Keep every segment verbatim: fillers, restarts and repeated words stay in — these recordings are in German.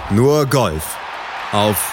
Nur Golf auf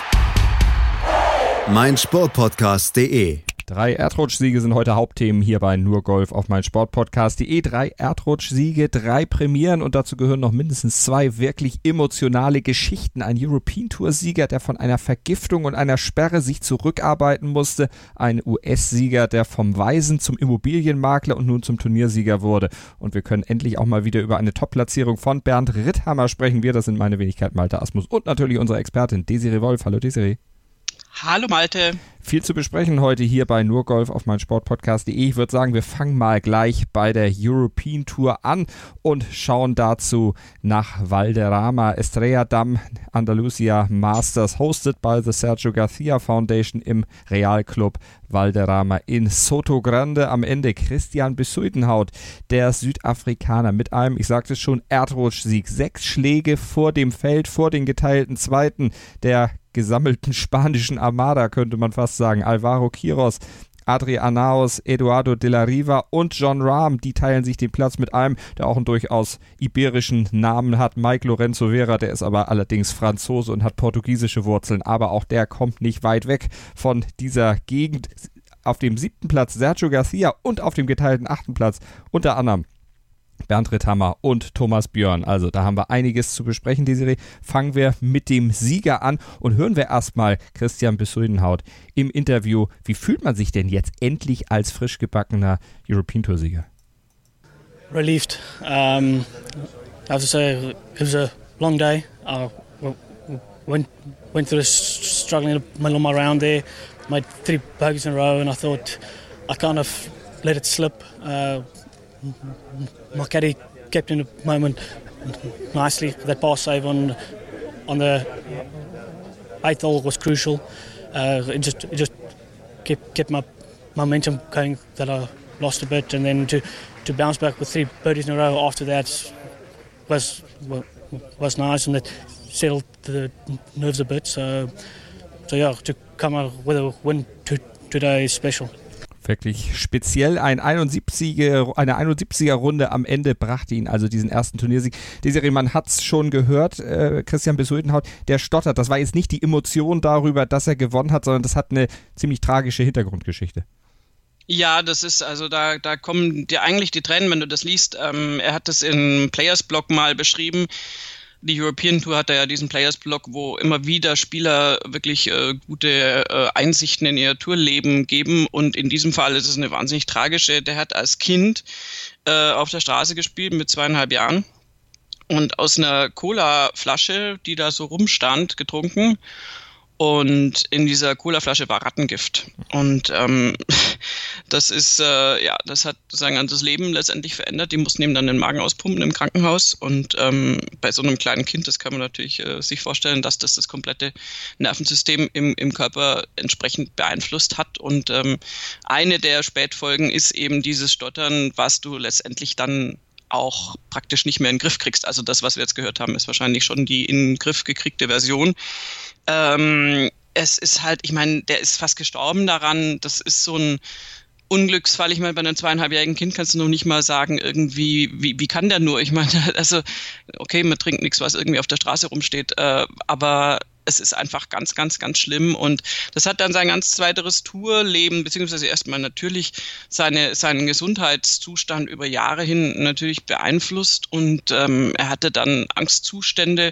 meinsportpodcast punkt de. Drei Erdrutschsiege sind heute Hauptthemen hier bei Nur Golf auf meinsportpodcast punkt de. Drei Erdrutschsiege, drei Premieren und dazu gehören noch mindestens zwei wirklich emotionale Geschichten. Ein European Tour-Sieger, der von einer Vergiftung und einer Sperre sich zurückarbeiten musste. Ein U S-Sieger, der vom Waisen zum Immobilienmakler und nun zum Turniersieger wurde. Und wir können endlich auch mal wieder über eine Top-Platzierung von Bernd Ritthammer sprechen. Wir, das sind meine Wenigkeit Malte Asmus und natürlich unsere Expertin Desiree Wolf. Hallo Desiree. Hallo Malte. Viel zu besprechen heute hier bei Nur Golf auf meinsportpodcast punkt de. Ich würde sagen, wir fangen mal gleich bei der European Tour an und schauen dazu nach Valderrama. Estrella Damm Andalusia Masters, hosted by the Sergio Garcia Foundation im Real Club Valderrama in Sotogrande. Am Ende Christian Bezuidenhout, der Südafrikaner, mit einem, ich sagte es schon, Erdrutschsieg. Sechs Schläge vor dem Feld, vor den geteilten Zweiten der gesammelten spanischen Armada, könnte man fast sagen. Alvaro Quiros, Adri Anaus, Eduardo de la Riva und Jon Rahm, die teilen sich den Platz mit einem, der auch einen durchaus iberischen Namen hat, Mike Lorenzo Vera, der ist aber allerdings Franzose und hat portugiesische Wurzeln, aber auch der kommt nicht weit weg von dieser Gegend. Auf dem siebten Platz Sergio Garcia und auf dem geteilten achten Platz unter anderem Bernd Ritthammer und Thomas Björn. Also da haben wir einiges zu besprechen, Desiree. Fangen wir mit dem Sieger an und hören wir erstmal Christian Bezuidenhout im Interview. Wie fühlt man sich denn jetzt endlich als frisch gebackener European Tour Sieger? Relieved. Um, I have to say it was a long day. I went went through a struggling in the middle of my round there, made three bogeys in a row, and I thought I kind of let it slip. Uh, My caddy kept in the moment nicely. That par save on on the eighth hole was crucial. Uh, it just it just kept kept my momentum going. That I lost a bit, and then to, to bounce back with three birdies in a row after that was was nice, and it settled the nerves a bit. So so yeah, to come out with a win to, today is special. Wirklich speziell. Ein einundsiebziger, eine einundsiebziger Runde am Ende brachte ihn also diesen ersten Turniersieg. Desiree, man hat es schon gehört, äh, Christian Bezuidenhout, der stottert. Das war jetzt nicht die Emotion darüber, dass er gewonnen hat, sondern das hat eine ziemlich tragische Hintergrundgeschichte. Ja, das ist, also da, da kommen dir eigentlich die Tränen, wenn du das liest. Ähm, er hat das im Players-Blog mal beschrieben. Die European Tour hat ja diesen Players-Blog, wo immer wieder Spieler wirklich äh, gute äh, Einsichten in ihr Tourleben geben, und in diesem Fall ist es eine wahnsinnig tragische. Der hat als Kind äh, auf der Straße gespielt mit zweieinhalb Jahren und aus einer Cola-Flasche, die da so rumstand, getrunken. Und in dieser Colaflasche war Rattengift. Und ähm, das ist, äh, ja, das hat sein ganzes Leben letztendlich verändert. Die mussten ihm dann den Magen auspumpen im Krankenhaus. Und ähm, bei so einem kleinen Kind, das kann man natürlich äh, sich vorstellen, dass das das komplette Nervensystem im, im Körper entsprechend beeinflusst hat. Und ähm, eine der Spätfolgen ist eben dieses Stottern, was du letztendlich dann auch praktisch nicht mehr in den Griff kriegst. Also das, was wir jetzt gehört haben, ist wahrscheinlich schon die in den Griff gekriegte Version. Ähm, es ist halt, ich meine, der ist fast gestorben daran. Das ist so ein Unglücksfall. Ich meine, bei einem zweieinhalbjährigen Kind kannst du noch nicht mal sagen, irgendwie, wie, wie kann der nur? Ich meine, also, okay, man trinkt nichts, was irgendwie auf der Straße rumsteht, äh, aber es ist einfach ganz, ganz, ganz schlimm, und das hat dann sein ganz weiteres Tourleben, beziehungsweise erstmal natürlich seine, seinen Gesundheitszustand über Jahre hin natürlich beeinflusst, und ähm, er hatte dann Angstzustände.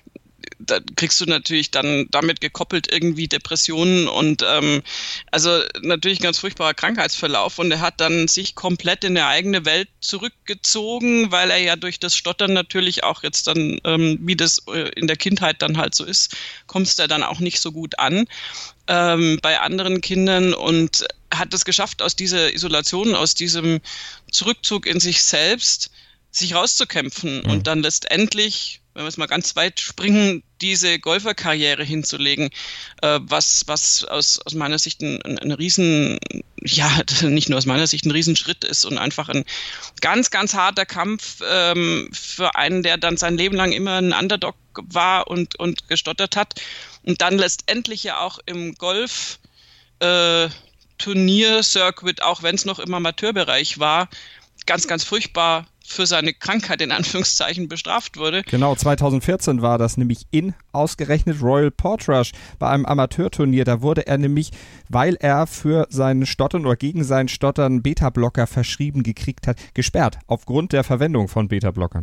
Da kriegst du natürlich dann damit gekoppelt irgendwie Depressionen und ähm, also natürlich ein ganz furchtbarer Krankheitsverlauf, und er hat dann sich komplett in eine eigene Welt zurückgezogen, weil er ja durch das Stottern natürlich auch jetzt dann, ähm, wie das in der Kindheit dann halt so ist, kommst du dann auch nicht so gut an ähm, bei anderen Kindern, und hat es geschafft, aus dieser Isolation, aus diesem Zurückzug in sich selbst sich rauszukämpfen mhm. und dann letztendlich, wenn wir es mal ganz weit springen, diese Golferkarriere hinzulegen, äh, was was aus aus meiner Sicht ein, ein, ein Riesen, ja, nicht nur aus meiner Sicht ein Riesenschritt ist und einfach ein ganz, ganz harter Kampf ähm, für einen, der dann sein Leben lang immer ein Underdog war und, und gestottert hat und dann letztendlich ja auch im Golf äh, Turnier-Circuit, auch wenn es noch im Amateurbereich war, ganz, ganz furchtbar für seine Krankheit in Anführungszeichen bestraft wurde. Genau, zweitausendvierzehn war das nämlich in ausgerechnet Royal Portrush bei einem Amateurturnier. Da wurde er nämlich, weil er für seinen Stottern oder gegen seinen Stottern Beta-Blocker verschrieben gekriegt hat, gesperrt aufgrund der Verwendung von Beta-Blockern.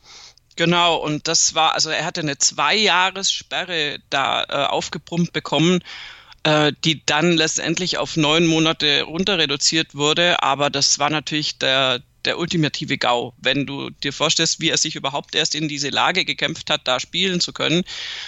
Genau, und das war, also er hatte eine Zwei-Jahres-Sperre da äh, aufgebrummt bekommen, äh, die dann letztendlich auf neun Monate runter reduziert wurde, aber das war natürlich der der ultimative GAU, wenn du dir vorstellst, wie er sich überhaupt erst in diese Lage gekämpft hat, da spielen zu können.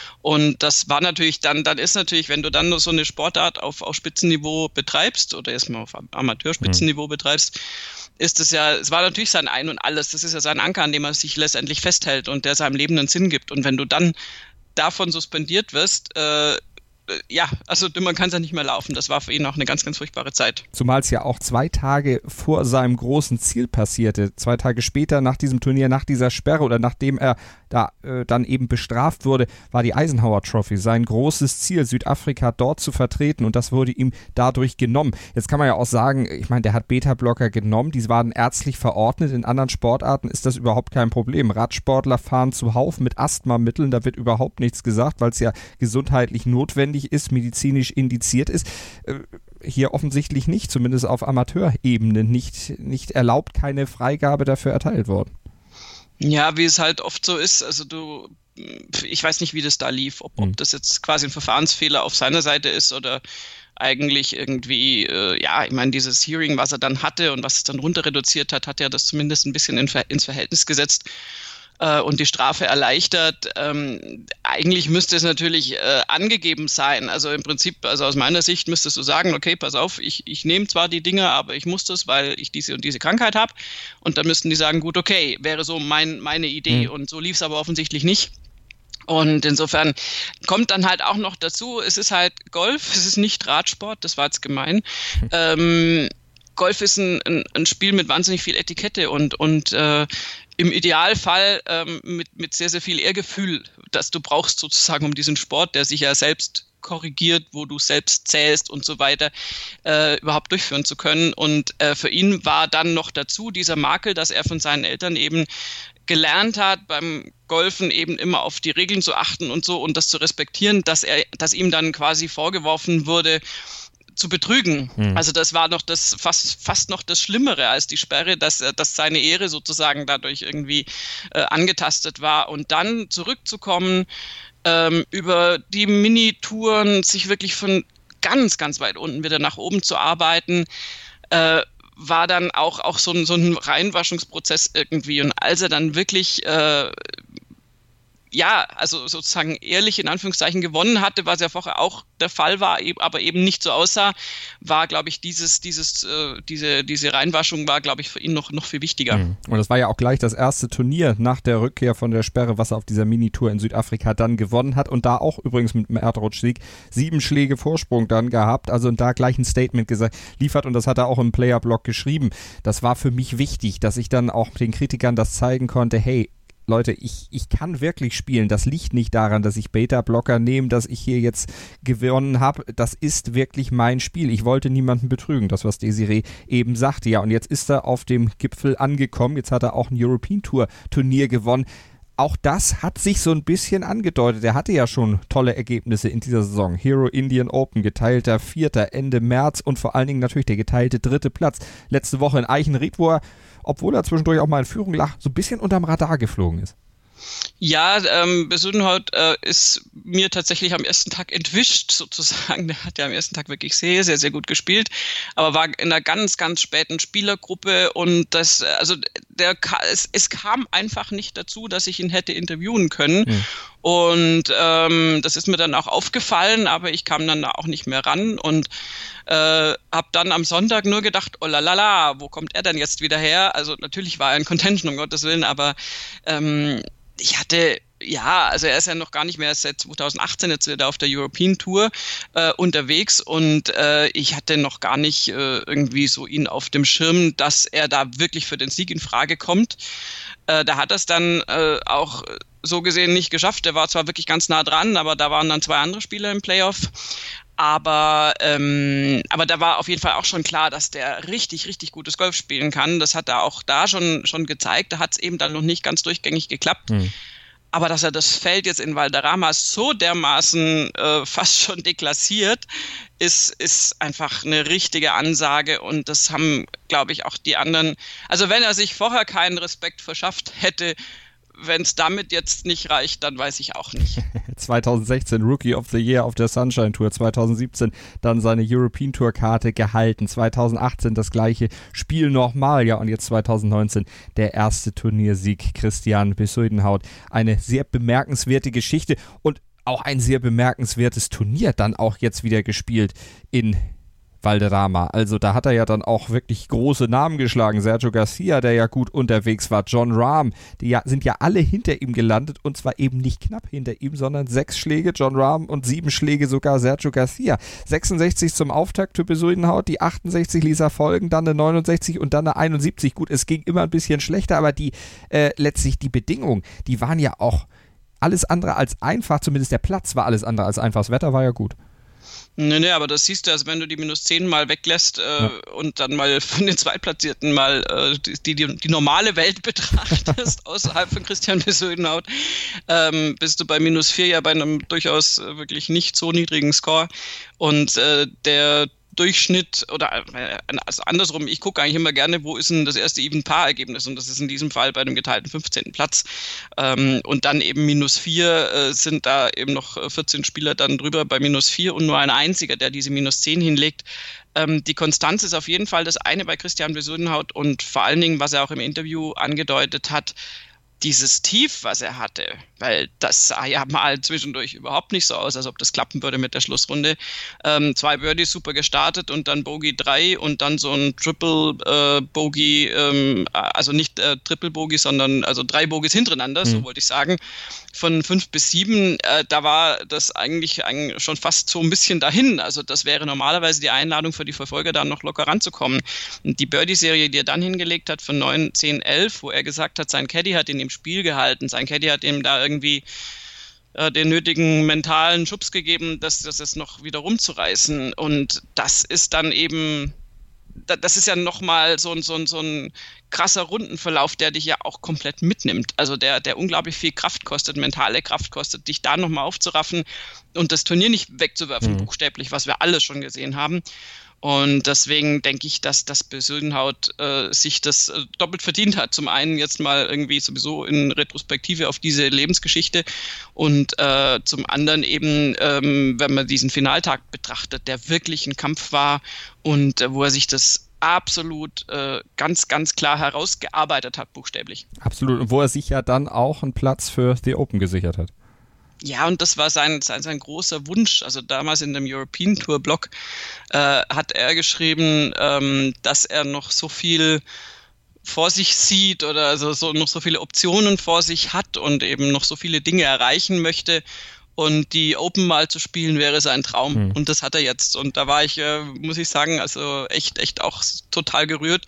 Und das war natürlich dann, dann ist natürlich, wenn du dann nur so eine Sportart auf, auf Spitzenniveau betreibst oder erstmal auf Amateurspitzenniveau mhm. betreibst, ist es ja, es war natürlich sein Ein und Alles. Das ist ja sein Anker, an dem er sich letztendlich festhält und der seinem Leben einen Sinn gibt. Und wenn du dann davon suspendiert wirst, äh, ja, also man kann es ja nicht mehr laufen. Das war für ihn auch eine ganz, ganz furchtbare Zeit. Zumal es ja auch zwei Tage vor seinem großen Ziel passierte. Zwei Tage später nach diesem Turnier, nach dieser Sperre oder nachdem er da äh, dann eben bestraft wurde, war die Eisenhower Trophy sein großes Ziel, Südafrika dort zu vertreten, und das wurde ihm dadurch genommen. Jetzt kann man ja auch sagen, ich meine, der hat Beta-Blocker genommen, die waren ärztlich verordnet. In anderen Sportarten ist das überhaupt kein Problem. Radsportler fahren zuhauf mit Asthmamitteln, da wird überhaupt nichts gesagt, weil es ja gesundheitlich notwendig ist, medizinisch indiziert ist. Hier offensichtlich nicht, zumindest auf Amateurebene nicht, nicht erlaubt, keine Freigabe dafür erteilt worden. Ja, wie es halt oft so ist, also du, ich weiß nicht, wie das da lief, ob, ob das jetzt quasi ein Verfahrensfehler auf seiner Seite ist oder eigentlich irgendwie, äh, ja, ich meine, dieses Hearing, was er dann hatte und was es dann runter reduziert hat, hat ja das zumindest ein bisschen in, ins Verhältnis gesetzt und die Strafe erleichtert. Ähm, eigentlich müsste es natürlich äh, angegeben sein. Also im Prinzip, also aus meiner Sicht müsstest du sagen, okay, pass auf, ich, ich nehme zwar die Dinge, aber ich muss das, weil ich diese und diese Krankheit habe. Und dann müssten die sagen, gut, okay, wäre so mein, meine Idee. Mhm. Und so lief es aber offensichtlich nicht. Und insofern kommt dann halt auch noch dazu, es ist halt Golf, es ist nicht Radsport, das war jetzt gemein. Mhm. Ähm, Golf ist ein, ein, ein Spiel mit wahnsinnig viel Etikette und, und äh, im Idealfall ähm, mit, mit sehr, sehr viel Ehrgefühl, das du brauchst sozusagen, um diesen Sport, der sich ja selbst korrigiert, wo du selbst zählst und so weiter, äh, überhaupt durchführen zu können. Und äh, für ihn war dann noch dazu dieser Makel, dass er von seinen Eltern eben gelernt hat, beim Golfen eben immer auf die Regeln zu achten und so und das zu respektieren, dass er, dass ihm dann quasi vorgeworfen wurde, zu betrügen. Hm. Also das war noch das fast fast noch das Schlimmere als die Sperre, dass dass seine Ehre sozusagen dadurch irgendwie äh, angetastet war. Und dann zurückzukommen ähm, über die Minitouren, sich wirklich von ganz ganz weit unten wieder nach oben zu arbeiten, äh, war dann auch auch so ein so ein Reinwaschungsprozess irgendwie. Und als er dann wirklich äh, ja, also sozusagen ehrlich in Anführungszeichen gewonnen hatte, was ja vorher auch der Fall war, aber eben nicht so aussah, war, glaube ich, dieses, dieses, äh, diese, diese Reinwaschung war, glaube ich, für ihn noch, noch viel wichtiger. Mhm. Und das war ja auch gleich das erste Turnier nach der Rückkehr von der Sperre, was er auf dieser Minitour in Südafrika dann gewonnen hat und da auch übrigens mit einem Erdrutschsieg sieben Schläge Vorsprung dann gehabt, also und da gleich ein Statement gesagt, liefert, und das hat er auch im Player-Blog geschrieben. Das war für mich wichtig, dass ich dann auch den Kritikern das zeigen konnte, hey, Leute, ich, ich kann wirklich spielen. Das liegt nicht daran, dass ich Beta-Blocker nehme, dass ich hier jetzt gewonnen habe. Das ist wirklich mein Spiel. Ich wollte niemanden betrügen, das, was Desiree eben sagte. Ja, und jetzt ist er auf dem Gipfel angekommen. Jetzt hat er auch ein European Tour Turnier gewonnen. Auch das hat sich so ein bisschen angedeutet. Er hatte ja schon tolle Ergebnisse in dieser Saison. Hero Indian Open, geteilter Vierter Ende März und vor allen Dingen natürlich der geteilte dritte Platz. Letzte Woche in Eichenried, wo er, obwohl er zwischendurch auch mal in Führung lag, so ein bisschen unterm Radar geflogen ist. Ja, ähm, Besudenhout äh, ist mir tatsächlich am ersten Tag entwischt sozusagen. Der hat ja am ersten Tag wirklich sehr, sehr, sehr gut gespielt, aber war in einer ganz, ganz späten Spielergruppe und das, also der, es, es kam einfach nicht dazu, dass ich ihn hätte interviewen können. Hm. Und ähm, das ist mir dann auch aufgefallen, aber ich kam dann auch nicht mehr ran und äh, habe dann am Sonntag nur gedacht, oh la la la, wo kommt er denn jetzt wieder her? Also natürlich war er in Contention, um Gottes Willen, aber ähm, ich hatte, ja, also er ist ja noch gar nicht mehr seit zwanzig achtzehn jetzt wieder auf der European Tour äh, unterwegs und äh, ich hatte noch gar nicht äh, irgendwie so ihn auf dem Schirm, dass er da wirklich für den Sieg in Frage kommt. Äh, da hat er es dann äh, auch so gesehen nicht geschafft. Er war zwar wirklich ganz nah dran, aber da waren dann zwei andere Spieler im Playoff. Aber, ähm, aber da war auf jeden Fall auch schon klar, dass der richtig, richtig gutes Golf spielen kann. Das hat er auch da schon, schon gezeigt. Da hat es eben dann noch nicht ganz durchgängig geklappt. Hm. Aber dass er das Feld jetzt in Valderrama so dermaßen äh, fast schon deklassiert, ist, ist einfach eine richtige Ansage. Und das haben, glaube ich, auch die anderen. Also wenn er sich vorher keinen Respekt verschafft hätte, wenn es damit jetzt nicht reicht, dann weiß ich auch nicht. zwanzig sechzehn Rookie of the Year auf der Sunshine Tour, zwanzig siebzehn dann seine European Tour Karte gehalten, zwanzig achtzehn das gleiche Spiel nochmal, ja, und jetzt zwanzig neunzehn der erste Turniersieg Christian Bezuidenhout. Eine sehr bemerkenswerte Geschichte und auch ein sehr bemerkenswertes Turnier dann auch jetzt wieder gespielt in Valderrama. Also da hat er ja dann auch wirklich große Namen geschlagen. Sergio Garcia, der ja gut unterwegs war, Jon Rahm, die ja, sind ja alle hinter ihm gelandet und zwar eben nicht knapp hinter ihm, sondern sechs Schläge Jon Rahm und sieben Schläge sogar Sergio Garcia. sechsundsechzig zum Auftakt für Bezuidenhout, die achtundsechzig ließ er folgen, dann eine neunundsechzig und dann eine einundsiebzig. Gut, es ging immer ein bisschen schlechter, aber die äh, letztlich die Bedingungen, die waren ja auch alles andere als einfach, zumindest der Platz war alles andere als einfach, das Wetter war ja gut. Nee, nee, aber das siehst du, also wenn du die minus zehn mal weglässt äh, ja. und dann mal von den Zweitplatzierten mal äh, die, die, die normale Welt betrachtest, außerhalb von Christian Bezuidenhout, ähm, bist du bei minus vier ja bei einem durchaus äh, wirklich nicht so niedrigen Score. Und äh, der Durchschnitt oder also andersrum, ich gucke eigentlich immer gerne, wo ist denn das erste Even-Par-Ergebnis und das ist in diesem Fall bei einem geteilten fünfzehnten Platz ähm, und dann eben minus vier äh, sind da eben noch vierzehn Spieler dann drüber bei minus vier und nur ein einziger, der diese minus zehn hinlegt. Ähm, die Konstanz ist auf jeden Fall das eine bei Christian Bezuidenhout und vor allen Dingen, was er auch im Interview angedeutet hat, dieses Tief, was er hatte, weil das sah ja mal zwischendurch überhaupt nicht so aus, als ob das klappen würde mit der Schlussrunde. Ähm, zwei Birdies super gestartet und dann Bogey drei und dann so ein Triple äh, Bogey, ähm, also nicht äh, Triple Bogey, sondern also drei Bogies hintereinander, mhm. so wollte ich sagen. Von fünf bis sieben, äh, da war das eigentlich, eigentlich schon fast so ein bisschen dahin. Also das wäre normalerweise die Einladung für die Verfolger, da noch locker ranzukommen. Und die Birdie-Serie, die er dann hingelegt hat von neun, zehn, elf, wo er gesagt hat, sein Caddy hat ihn im Spiel gehalten, sein Caddy hat ihm da irgendwie äh, den nötigen mentalen Schubs gegeben, das, das es noch wieder rumzureißen. Und das ist dann eben, das ist ja nochmal so, so, so ein krasser Rundenverlauf, der dich ja auch komplett mitnimmt. Also der, der unglaublich viel Kraft kostet, mentale Kraft kostet, dich da nochmal aufzuraffen und das Turnier nicht wegzuwerfen, mhm. buchstäblich, was wir alle schon gesehen haben. Und deswegen denke ich, dass das Bezuidenhout äh, sich das äh, doppelt verdient hat. Zum einen jetzt mal irgendwie sowieso in Retrospektive auf diese Lebensgeschichte und äh, zum anderen eben, ähm, wenn man diesen Finaltag betrachtet, der wirklich ein Kampf war und äh, wo er sich das absolut äh, ganz, ganz klar herausgearbeitet hat, buchstäblich. Absolut. Und wo er sich ja dann auch einen Platz für The Open gesichert hat. Ja, und das war sein, sein, sein großer Wunsch. Also damals in dem European Tour Blog äh, hat er geschrieben, ähm, dass er noch so viel vor sich sieht oder also so, noch so viele Optionen vor sich hat und eben noch so viele Dinge erreichen möchte. Und die Open mal zu spielen wäre sein Traum. Hm. Und das hat er jetzt. Und da war ich, äh, muss ich sagen, also echt, echt auch total gerührt.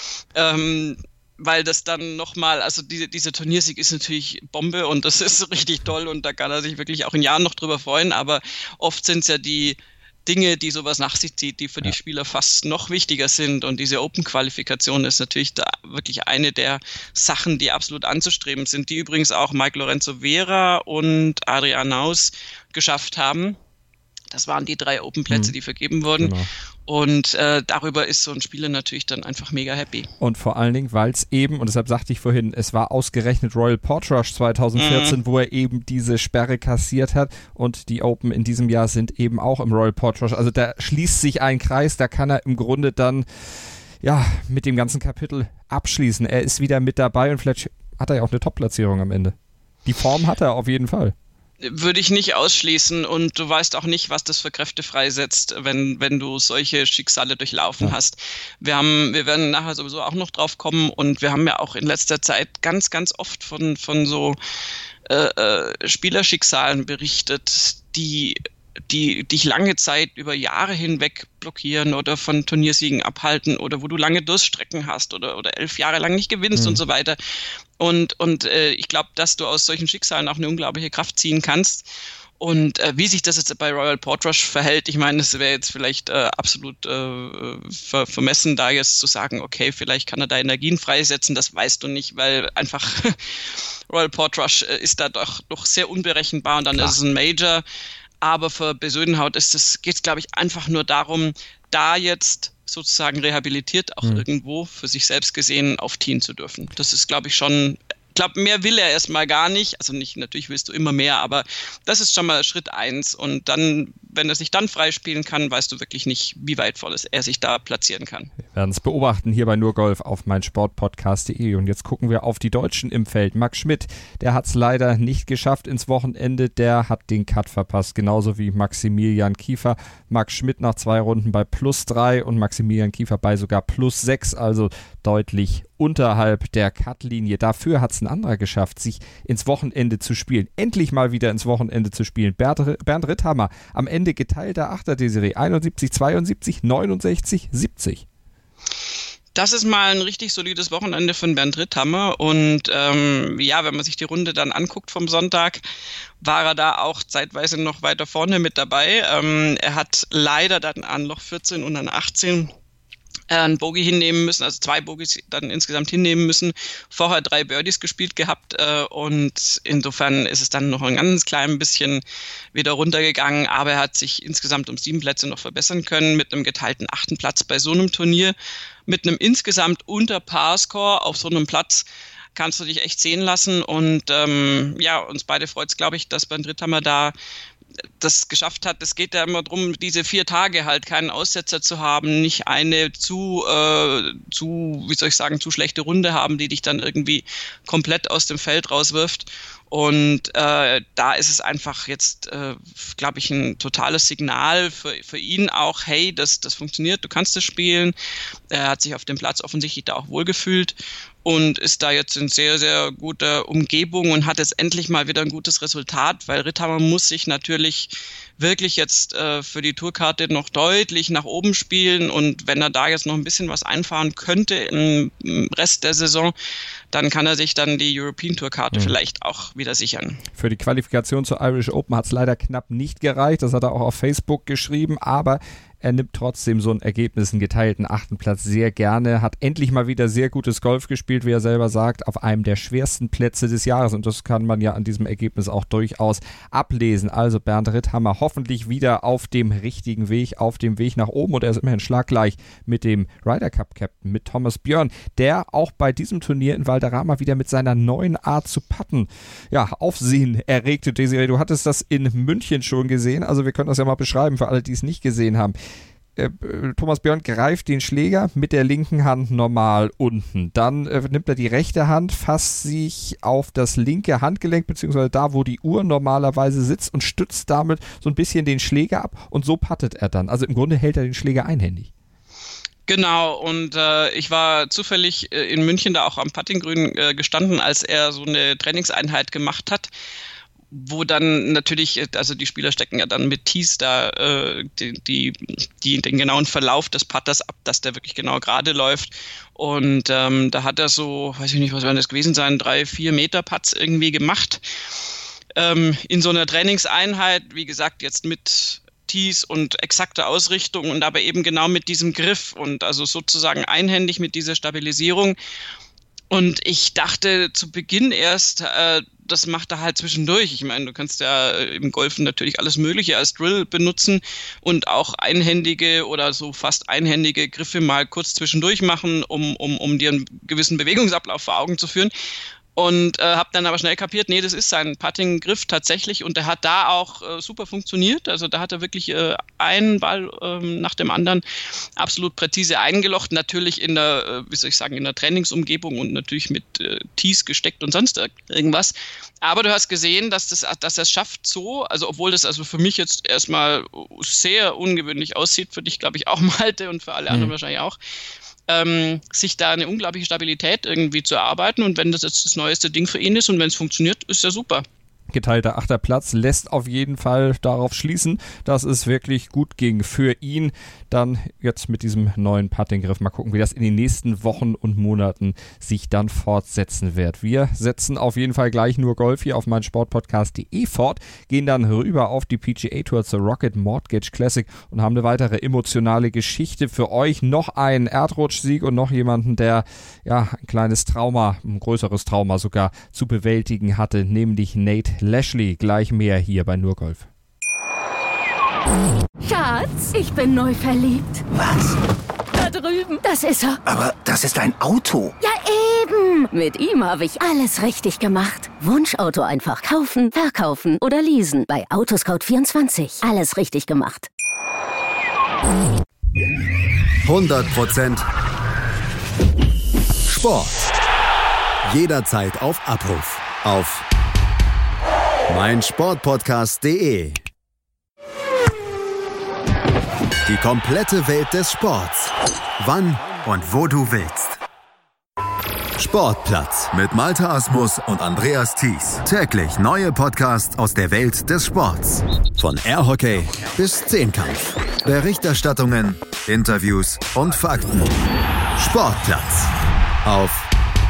Ähm, weil das dann nochmal, also diese, diese Turniersieg ist natürlich Bombe und das ist richtig toll und da kann er sich wirklich auch in Jahren noch drüber freuen, aber oft sind es ja die Dinge, die sowas nach sich zieht, die für ja. die Spieler fast noch wichtiger sind und diese Open-Qualifikation ist natürlich da wirklich eine der Sachen, die absolut anzustreben sind, die übrigens auch Mike Lorenzo Vera und Adrian Naus geschafft haben. Das waren die drei Open-Plätze, mhm. die vergeben wurden. Genau. Und äh, darüber ist so ein Spieler natürlich dann einfach mega happy. Und vor allen Dingen, weil es eben, und deshalb sagte ich vorhin, es war ausgerechnet Royal Portrush zwanzig vierzehn, mhm. wo er eben diese Sperre kassiert hat und die Open in diesem Jahr sind eben auch im Royal Portrush. Also da schließt sich ein Kreis, da kann er im Grunde dann ja mit dem ganzen Kapitel abschließen. Er ist wieder mit dabei und vielleicht hat er ja auch eine Top-Platzierung am Ende. Die Form hat er auf jeden Fall. Würde ich nicht ausschließen und du weißt auch nicht, was das für Kräfte freisetzt, wenn, wenn du solche Schicksale durchlaufen ja. hast. Wir haben, wir werden nachher sowieso auch noch drauf kommen und wir haben ja auch in letzter Zeit ganz, ganz oft von, von so äh, äh, Spielerschicksalen berichtet, die die dich lange Zeit über Jahre hinweg blockieren oder von Turniersiegen abhalten oder wo du lange Durststrecken hast oder, oder elf Jahre lang nicht gewinnst mhm. und so weiter. Und, und äh, ich glaube, dass du aus solchen Schicksalen auch eine unglaubliche Kraft ziehen kannst. Und äh, wie sich das jetzt bei Royal Portrush verhält, ich meine, es wäre jetzt vielleicht äh, absolut äh, ver- vermessen, da jetzt zu sagen, okay, vielleicht kann er da Energien freisetzen, das weißt du nicht, weil einfach Royal Portrush äh, ist da doch, doch sehr unberechenbar und dann Klar. ist es ein Major. Aber für Bezuidenhout ist es, geht es, glaube ich, einfach nur darum, da jetzt sozusagen rehabilitiert auch mhm. irgendwo für sich selbst gesehen aufziehen zu dürfen. Das ist, glaube ich, schon... Ich glaube, mehr will er erstmal gar nicht. Also nicht, natürlich willst du immer mehr, aber das ist schon mal Schritt eins. Und dann, wenn er sich dann freispielen kann, weißt du wirklich nicht, wie weit voll er sich da platzieren kann. Wir werden es beobachten hier bei Nurgolf auf meinsportpodcast punkt de. Und jetzt gucken wir auf die Deutschen im Feld. Max Schmidt, der hat es leider nicht geschafft ins Wochenende. Der hat den Cut verpasst, genauso wie Maximilian Kiefer. Max Schmidt nach zwei Runden bei plus drei und Maximilian Kiefer bei sogar plus sechs, also deutlich unterhalb der Cut-Linie. Dafür hat es ein anderer geschafft, sich ins Wochenende zu spielen. Endlich mal wieder ins Wochenende zu spielen. Bernd, Bernd Ritthammer am Ende geteilter Achter Desiree. einundsiebzig, zweiundsiebzig, neunundsechzig, siebzig. Das ist mal ein richtig solides Wochenende von Bernd Ritthammer und ähm, ja, wenn man sich die Runde dann anguckt vom Sonntag, war er da auch zeitweise noch weiter vorne mit dabei. Ähm, er hat leider dann an Loch vierzehn und an achtzehn ein Bogey hinnehmen müssen, also zwei Bogies dann insgesamt hinnehmen müssen, vorher drei Birdies gespielt gehabt äh, und insofern ist es dann noch ein ganz klein bisschen wieder runtergegangen, aber er hat sich insgesamt um sieben Plätze noch verbessern können mit einem geteilten achten Platz bei so einem Turnier, mit einem insgesamt unter Par-Score auf so einem Platz kannst du dich echt sehen lassen und ähm, ja, uns beide freut es, glaube ich, dass Bernd Ritthammer da das geschafft hat. Es geht ja immer darum, diese vier Tage halt keinen Aussetzer zu haben, nicht eine zu, äh, zu, wie soll ich sagen, zu schlechte Runde haben, die dich dann irgendwie komplett aus dem Feld rauswirft. Und äh, da ist es einfach jetzt, äh, glaube ich, ein totales Signal für, für ihn auch, hey, das, das funktioniert, du kannst es spielen. Er hat sich auf dem Platz offensichtlich da auch wohlgefühlt und ist da jetzt in sehr, sehr guter Umgebung und hat jetzt endlich mal wieder ein gutes Resultat, weil Ritthammer muss sich natürlich wirklich jetzt äh, für die Tourkarte noch deutlich nach oben spielen und wenn er da jetzt noch ein bisschen was einfahren könnte im, im Rest der Saison, dann kann er sich dann die European Tourkarte mhm. vielleicht auch wieder sichern. Für die Qualifikation zur Irish Open hat es leider knapp nicht gereicht, das hat er auch auf Facebook geschrieben, aber er nimmt trotzdem so ein Ergebnis, einen geteilten achten Platz sehr gerne, hat endlich mal wieder sehr gutes Golf gespielt, wie er selber sagt, auf einem der schwersten Plätze des Jahres und das kann man ja an diesem Ergebnis auch durchaus ablesen. Also Bernd Ritthammer hoffentlich wieder auf dem richtigen Weg, auf dem Weg nach oben und er ist immerhin schlaggleich mit dem Ryder Cup Captain, mit Thomas Björn, der auch bei diesem Turnier in Valderrama wieder mit seiner neuen Art zu putten, ja, Aufsehen erregte. Desiree, du hattest das in München schon gesehen, also wir können das ja mal beschreiben für alle, die es nicht gesehen haben. Thomas Björn greift den Schläger mit der linken Hand normal unten. Dann äh, nimmt er die rechte Hand, fasst sich auf das linke Handgelenk, beziehungsweise da, wo die Uhr normalerweise sitzt und stützt damit so ein bisschen den Schläger ab und so puttet er dann. Also im Grunde hält er den Schläger einhändig. Genau, und äh, ich war zufällig äh, in München da auch am Puttinggrün äh, gestanden, als er so eine Trainingseinheit gemacht hat, wo dann natürlich, also die Spieler stecken ja dann mit Tees da äh, die, die, die, den genauen Verlauf des Putters ab, dass der wirklich genau gerade läuft. Und ähm, da hat er so, weiß ich nicht, was werden das gewesen sein, drei, vier Meter Putts irgendwie gemacht. Ähm, in so einer Trainingseinheit, wie gesagt, jetzt mit Tees und exakte Ausrichtung und aber eben genau mit diesem Griff und also sozusagen einhändig mit dieser Stabilisierung. Und ich dachte zu Beginn erst, äh, das macht er halt zwischendurch. Ich meine, du kannst ja im Golfen natürlich alles Mögliche als Drill benutzen und auch einhändige oder so fast einhändige Griffe mal kurz zwischendurch machen, um, um, um dir einen gewissen Bewegungsablauf vor Augen zu führen. Und äh, habe dann aber schnell kapiert, nee, das ist sein Putting-Griff tatsächlich und der hat da auch äh, super funktioniert. Also da hat er wirklich äh, einen Ball ähm, nach dem anderen absolut präzise eingelocht. Natürlich in der, äh, wie soll ich sagen, in der Trainingsumgebung und natürlich mit äh, Tees gesteckt und sonst irgendwas. Aber du hast gesehen, dass das, dass er es schafft so, also obwohl das also für mich jetzt erstmal sehr ungewöhnlich aussieht, für dich glaube ich auch, Malte, und für alle anderen mhm. wahrscheinlich auch, Ähm, sich da eine unglaubliche Stabilität irgendwie zu erarbeiten und wenn das jetzt das neueste Ding für ihn ist und wenn es funktioniert, ist ja super. Geteilter achter Platz lässt auf jeden Fall darauf schließen, dass es wirklich gut ging für ihn. Dann jetzt mit diesem neuen Puttinggriff mal gucken, wie das in den nächsten Wochen und Monaten sich dann fortsetzen wird. Wir setzen auf jeden Fall gleich nur Golf hier auf meinsportpodcast punkt de fort, gehen dann rüber auf die P G A Tour zur Rocket Mortgage Classic und haben eine weitere emotionale Geschichte für euch. Noch einen Erdrutschsieg und noch jemanden, der ja ein kleines Trauma, ein größeres Trauma sogar zu bewältigen hatte, nämlich Nate Lashley. Gleich mehr hier bei Nur Golf. Schatz, ich bin neu verliebt. Was? Da drüben. Das ist er. Aber das ist ein Auto. Ja, eben. Mit ihm habe ich alles richtig gemacht. Wunschauto einfach kaufen, verkaufen oder leasen. Bei Autoscout vierundzwanzig. Alles richtig gemacht. hundert Prozent Sport. Jederzeit auf Abruf. Auf meinsportpodcast punkt de. Die komplette Welt des Sports. Wann und wo du willst. Sportplatz mit Malte Asmus und Andreas Thies. Täglich neue Podcasts aus der Welt des Sports. Von Airhockey bis Zehnkampf. Berichterstattungen, Interviews und Fakten. Sportplatz auf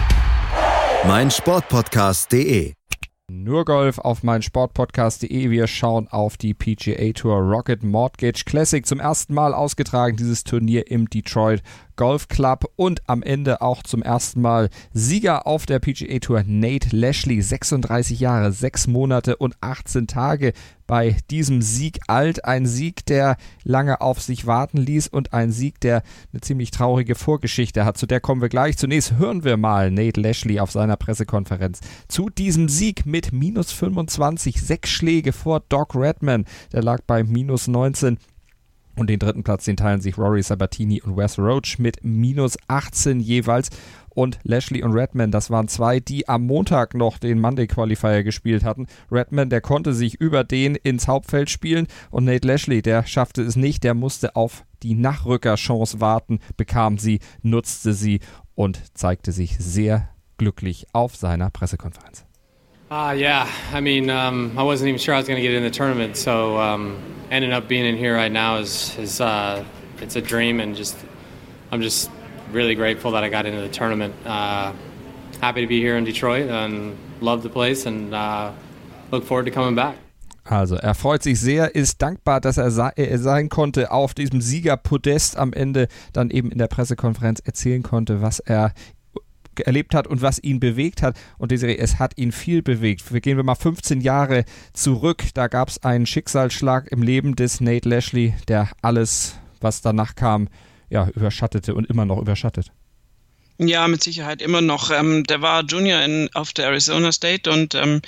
meinsportpodcast punkt de. Nur Golf auf meinsportpodcast punkt de. Wir schauen auf die P G A Tour Rocket Mortgage Classic. Zum ersten Mal ausgetragen, dieses Turnier im Detroit Golf Club und am Ende auch zum ersten Mal Sieger auf der P G A Tour Nate Lashley, sechsunddreißig Jahre, sechs Monate und achtzehn Tage bei diesem Sieg alt. Ein Sieg, der lange auf sich warten ließ und ein Sieg, der eine ziemlich traurige Vorgeschichte hat. Zu der kommen wir gleich. Zunächst hören wir mal Nate Lashley auf seiner Pressekonferenz zu diesem Sieg mit minus fünfundzwanzig, sechs Schläge vor Doc Redman. Der lag bei minus neunzehn. Und den dritten Platz, den teilen sich Rory Sabatini und Wes Roach mit minus achtzehn jeweils. Und Lashley und Redman, das waren zwei, die am Montag noch den Monday Qualifier gespielt hatten. Redman, der konnte sich über den ins Hauptfeld spielen. Und Nate Lashley, der schaffte es nicht. Der musste auf die Nachrückerchance warten, bekam sie, nutzte sie und zeigte sich sehr glücklich auf seiner Pressekonferenz. Uh, yeah, I mean, um, I wasn't even sure I was going to get in the tournament, so um, ending up being in here right now is, is uh, it's a dream, and just I'm just really grateful that I got into the tournament. Uh, happy to be here in Detroit and love the place and uh, look forward to coming back. Also er freut sich sehr, ist dankbar, dass er, sa- er sein konnte auf diesem Siegerpodest, am Ende dann eben in der Pressekonferenz erzählen konnte, was er erlebt hat und was ihn bewegt hat. Und Desiree, es hat ihn viel bewegt. Wir gehen wir mal fünfzehn Jahre zurück. Da gab es einen Schicksalsschlag im Leben des Nate Lashley, der alles, was danach kam, ja, überschattete und immer noch überschattet. Ja, mit Sicherheit immer noch. Ähm, der war Junior in, auf der Arizona State und ähm,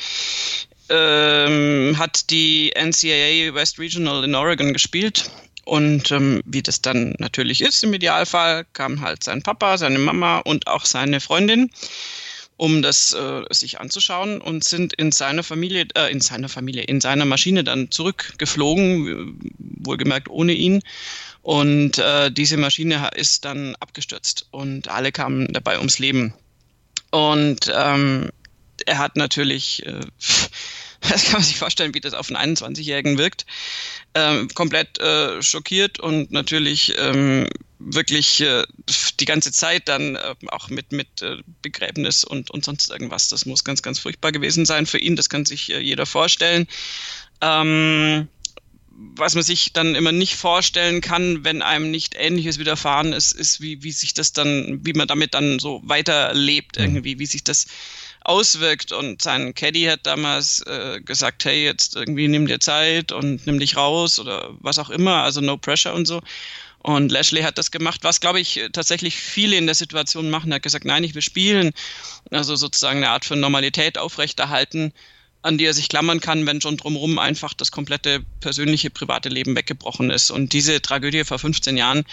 ähm, hat die N C A A West Regional in Oregon gespielt. Und ähm, wie das dann natürlich ist im Idealfall, kam halt sein Papa, seine Mama und auch seine Freundin, um das äh, sich anzuschauen und sind in seiner Familie, äh, in seiner Familie, in seiner Maschine dann zurückgeflogen, wohlgemerkt ohne ihn. Und äh, diese Maschine ist dann abgestürzt und alle kamen dabei ums Leben. Und ähm, er hat natürlich, äh, das kann man sich vorstellen, wie das auf einen einundzwanzigjährigen wirkt, ähm, komplett äh, schockiert und natürlich ähm, wirklich äh, die ganze Zeit dann äh, auch mit, mit äh, Begräbnis und, und sonst irgendwas. Das muss ganz, ganz furchtbar gewesen sein für ihn, das kann sich äh, jeder vorstellen. Ähm, was man sich dann immer nicht vorstellen kann, wenn einem nicht Ähnliches widerfahren ist, ist, wie, wie sich das dann, wie man damit dann so weiterlebt irgendwie, wie sich das auswirkt. Und sein Caddy hat damals äh, gesagt, hey, jetzt irgendwie nimm dir Zeit und nimm dich raus oder was auch immer, also no pressure und so. Und Lashley hat das gemacht, was, glaube ich, tatsächlich viele in der Situation machen. Er hat gesagt, nein, ich will spielen. Also sozusagen eine Art von Normalität aufrechterhalten, an die er sich klammern kann, wenn schon drumherum einfach das komplette persönliche, private Leben weggebrochen ist. Und diese Tragödie vor fünfzehn Jahren,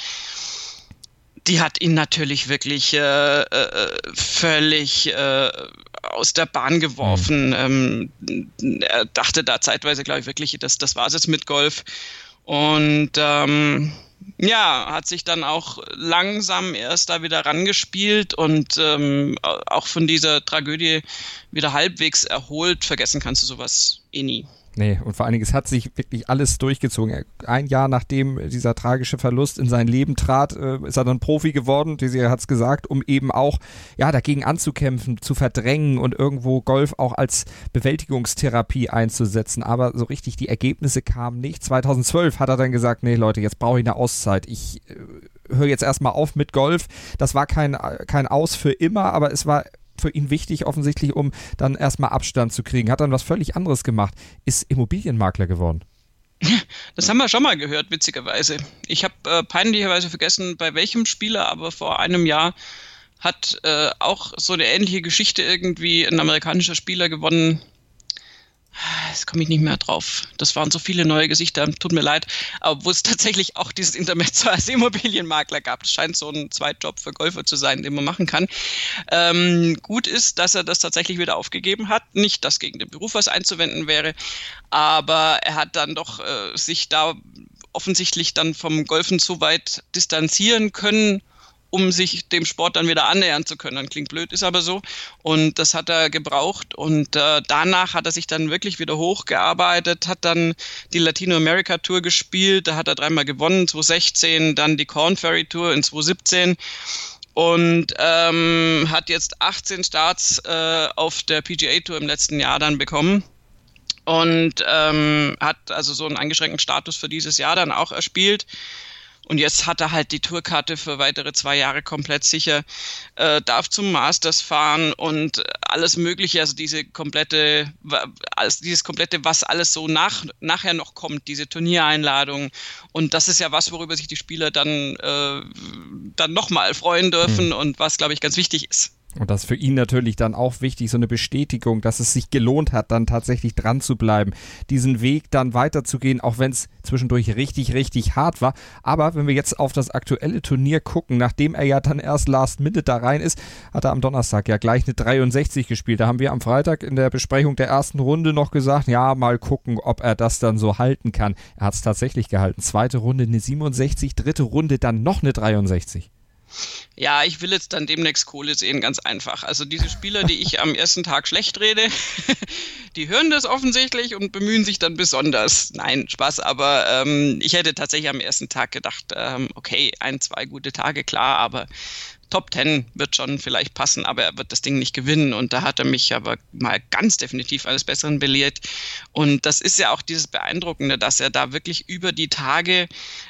die hat ihn natürlich wirklich äh, äh, völlig äh, aus der Bahn geworfen. Mhm. Ähm, er dachte da zeitweise, glaube ich, wirklich, das, das war es jetzt mit Golf. Und ähm, ja, hat sich dann auch langsam erst da wieder rangespielt und ähm, auch von dieser Tragödie wieder halbwegs erholt, vergessen kannst du sowas eh nie. Nee, und vor allen Dingen, es hat sich wirklich alles durchgezogen. Ein Jahr nachdem dieser tragische Verlust in sein Leben trat, äh, ist er dann Profi geworden, Desiree hat es gesagt, um eben auch ja, dagegen anzukämpfen, zu verdrängen und irgendwo Golf auch als Bewältigungstherapie einzusetzen. Aber so richtig die Ergebnisse kamen nicht. zweitausendzwölf hat er dann gesagt, nee Leute, jetzt brauche ich eine Auszeit. Ich äh, höre jetzt erstmal auf mit Golf. Das war kein, kein Aus für immer, aber es war für ihn wichtig, offensichtlich, um dann erstmal Abstand zu kriegen. Hat dann was völlig anderes gemacht. Ist Immobilienmakler geworden. Das haben wir schon mal gehört, witzigerweise. Ich habe äh, peinlicherweise vergessen, bei welchem Spieler, aber vor einem Jahr hat äh, auch so eine ähnliche Geschichte irgendwie ein amerikanischer Spieler gewonnen. Jetzt komme ich nicht mehr drauf. Das waren so viele neue Gesichter, tut mir leid. Aber wo es tatsächlich auch dieses Intermezzo als Immobilienmakler gab. Das scheint so ein Zweitjob für Golfer zu sein, den man machen kann. Ähm, gut ist, dass er das tatsächlich wieder aufgegeben hat. Nicht, dass gegen den Beruf was einzuwenden wäre, aber er hat dann doch äh, sich da offensichtlich dann vom Golfen so weit distanzieren können, um sich dem Sport dann wieder annähern zu können. Klingt blöd, ist aber so. Und das hat er gebraucht. Und äh, danach hat er sich dann wirklich wieder hochgearbeitet, hat dann die Latino America Tour gespielt. Da hat er dreimal gewonnen, zweitausendsechzehn, dann die Korn Ferry Tour in zweitausendsiebzehn. Und ähm, hat jetzt achtzehn Starts äh, auf der P G A Tour im letzten Jahr dann bekommen. Und ähm, hat also so einen eingeschränkten Status für dieses Jahr dann auch erspielt. Und jetzt hat er halt die Tourkarte für weitere zwei Jahre komplett sicher, äh, darf zum Masters fahren und alles Mögliche, also diese komplette, alles, dieses komplette, was alles so nach, nachher noch kommt, diese Turniereinladung. Und das ist ja was, worüber sich die Spieler dann, äh, dann nochmal freuen dürfen, mhm. und was, glaube ich, ganz wichtig ist. Und das ist für ihn natürlich dann auch wichtig, so eine Bestätigung, dass es sich gelohnt hat, dann tatsächlich dran zu bleiben, diesen Weg dann weiterzugehen, auch wenn es zwischendurch richtig, richtig hart war. Aber wenn wir jetzt auf das aktuelle Turnier gucken, nachdem er ja dann erst Last Minute da rein ist, hat er am Donnerstag ja gleich eine dreiundsechzig gespielt. Da haben wir am Freitag in der Besprechung der ersten Runde noch gesagt, ja, mal gucken, ob er das dann so halten kann. Er hat es tatsächlich gehalten. Zweite Runde eine siebenundsechzig, dritte Runde dann noch eine dreiundsechzig. Ja, ich will jetzt dann demnächst Kohle sehen, ganz einfach. Also diese Spieler, die ich am ersten Tag schlecht rede, die hören das offensichtlich und bemühen sich dann besonders. Nein, Spaß, aber ähm, ich hätte tatsächlich am ersten Tag gedacht, ähm, okay, ein, zwei gute Tage, klar, aber Top Ten wird schon vielleicht passen, aber er wird das Ding nicht gewinnen, und da hat er mich aber mal ganz definitiv eines Besseren belehrt. Und das ist ja auch dieses Beeindruckende, dass er da wirklich über die Tage,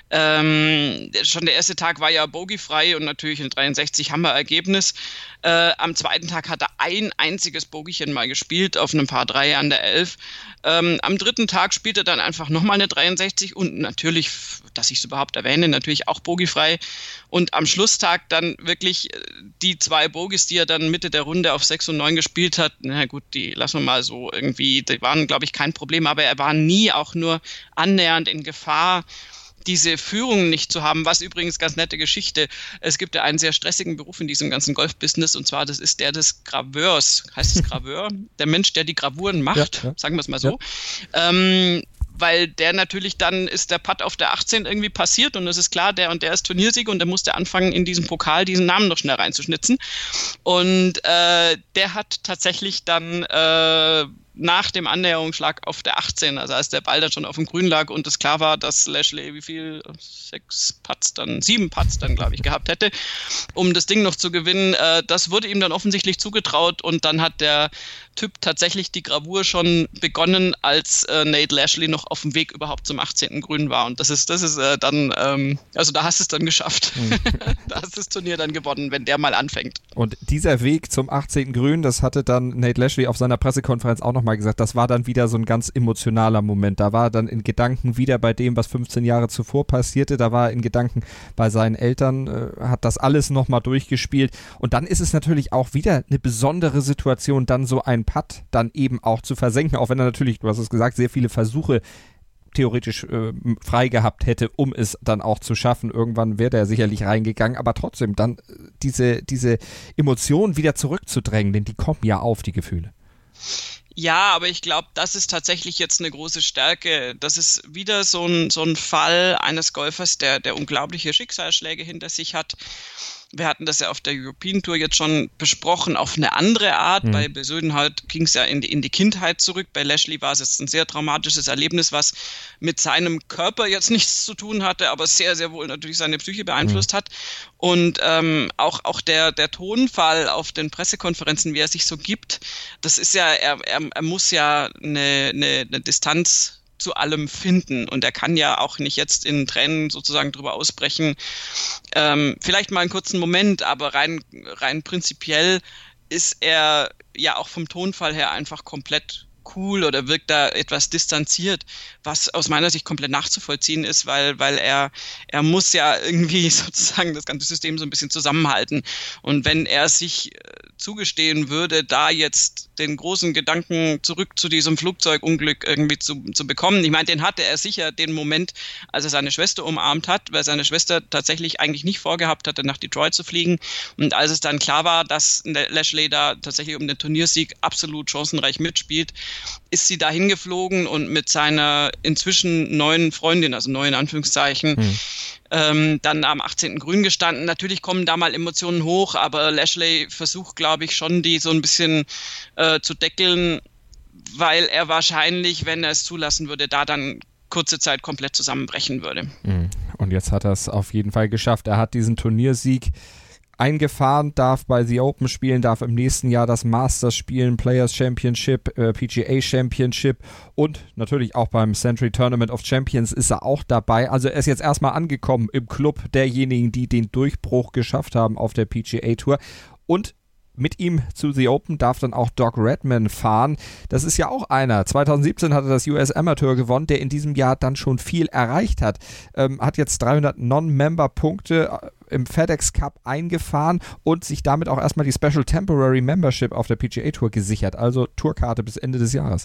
ähm, schon der erste Tag war ja bogiefrei und natürlich ein dreiundsechzig Hammer-Ergebnis. Äh, am zweiten Tag hat er ein einziges Bogeychen mal gespielt auf einem Paar drei an der elf. Ähm, am dritten Tag spielt er dann einfach nochmal eine dreiundsechzig und natürlich, dass ich es überhaupt erwähne, natürlich auch bogiefrei. Und am Schlusstag dann wirklich die zwei Bogies, die er dann Mitte der Runde auf sechs und neun gespielt hat, na gut, die lassen wir mal so irgendwie, die waren, glaube ich, kein Problem, aber er war nie auch nur annähernd in Gefahr, diese Führung nicht zu haben, was übrigens ganz nette Geschichte. Es gibt ja einen sehr stressigen Beruf in diesem ganzen Golfbusiness, und zwar das ist der des Graveurs. Heißt es Graveur? Der Mensch, der die Gravuren macht, ja, ja. Sagen wir es mal so. Ja. Ähm, weil der natürlich dann ist der Putt auf der achtzehn irgendwie passiert und es ist klar, der und der ist Turniersieger und der musste anfangen, in diesem Pokal diesen Namen noch schnell reinzuschnitzen. Und äh, der hat tatsächlich dann äh, nach dem Annäherungsschlag auf der achtzehn, also als der Ball dann schon auf dem Grün lag und es klar war, dass Lashley wie viel, sechs Putts dann, sieben Putts dann, glaube ich, gehabt hätte, um das Ding noch zu gewinnen. Äh, das wurde ihm dann offensichtlich zugetraut und dann hat der Typ tatsächlich die Gravur schon begonnen, als äh, Nate Lashley noch auf dem Weg überhaupt zum achtzehnten Grün war. Und das ist, das ist äh, dann, ähm, also da hast du es dann geschafft. Mhm. Da hast du das Turnier dann gewonnen, wenn der mal anfängt. Und dieser Weg zum achtzehnten Grün, das hatte dann Nate Lashley auf seiner Pressekonferenz auch nochmal gesagt, das war dann wieder so ein ganz emotionaler Moment. Da war er dann in Gedanken wieder bei dem, was fünfzehn Jahre zuvor passierte. Da war er in Gedanken bei seinen Eltern, äh, hat das alles nochmal durchgespielt. Und dann ist es natürlich auch wieder eine besondere Situation, dann so ein Putt dann eben auch zu versenken, auch wenn er natürlich, du hast es gesagt, sehr viele Versuche theoretisch äh, frei gehabt hätte, um es dann auch zu schaffen. Irgendwann wäre der sicherlich reingegangen, aber trotzdem dann diese, diese Emotionen wieder zurückzudrängen, denn die kommen ja auf, die Gefühle. Ja, aber ich glaube, das ist tatsächlich jetzt eine große Stärke. Das ist wieder so ein, so ein Fall eines Golfers, der, der unglaubliche Schicksalsschläge hinter sich hat. Wir hatten das ja auf der European Tour jetzt schon besprochen, auf eine andere Art. Mhm. Bei Bezuidenhout ging es ja in die, in die Kindheit zurück. Bei Lashley war es jetzt ein sehr traumatisches Erlebnis, was mit seinem Körper jetzt nichts zu tun hatte, aber sehr, sehr wohl natürlich seine Psyche beeinflusst mhm. hat. Und ähm, auch, auch der, der Tonfall auf den Pressekonferenzen, wie er sich so gibt, das ist ja, er, er, er muss ja eine, eine, eine Distanz zu allem finden. Und er kann ja auch nicht jetzt in Tränen sozusagen drüber ausbrechen. Ähm, vielleicht mal einen kurzen Moment, aber rein, rein prinzipiell ist er ja auch vom Tonfall her einfach komplett cool oder wirkt da etwas distanziert, was aus meiner Sicht komplett nachzuvollziehen ist, weil, weil er, er muss ja irgendwie sozusagen das ganze System so ein bisschen zusammenhalten. Und wenn er sich äh, zugestehen würde, da jetzt den großen Gedanken zurück zu diesem Flugzeugunglück irgendwie zu, zu bekommen, ich meine, den hatte er sicher den Moment, als er seine Schwester umarmt hat, weil seine Schwester tatsächlich eigentlich nicht vorgehabt hatte, nach Detroit zu fliegen. Und als es dann klar war, dass Lashley da tatsächlich um den Turniersieg absolut chancenreich mitspielt, ist sie dahin geflogen und mit seiner inzwischen neuen Freundin, also neuen Anführungszeichen, hm. ähm, dann am achtzehnten Grün gestanden. Natürlich kommen da mal Emotionen hoch, aber Lashley versucht, glaube ich, schon die so ein bisschen äh, zu deckeln, weil er wahrscheinlich, wenn er es zulassen würde, da dann kurze Zeit komplett zusammenbrechen würde. Und jetzt hat er es auf jeden Fall geschafft. Er hat diesen Turniersieg eingefahren, darf bei The Open spielen, darf im nächsten Jahr das Masters spielen, Players Championship, äh, P G A Championship und natürlich auch beim Century Tournament of Champions ist er auch dabei. Also er ist jetzt erstmal angekommen im Club derjenigen, die den Durchbruch geschafft haben auf der P G A Tour. Und mit ihm zu The Open darf dann auch Doc Redman fahren. Das ist ja auch einer. zwanzig siebzehn hat er das U S Amateur gewonnen, der in diesem Jahr dann schon viel erreicht hat. Ähm, hat jetzt dreihundert Non-Member-Punkte im FedEx Cup eingefahren und sich damit auch erstmal die Special Temporary Membership auf der P G A Tour gesichert. Also Tourkarte bis Ende des Jahres.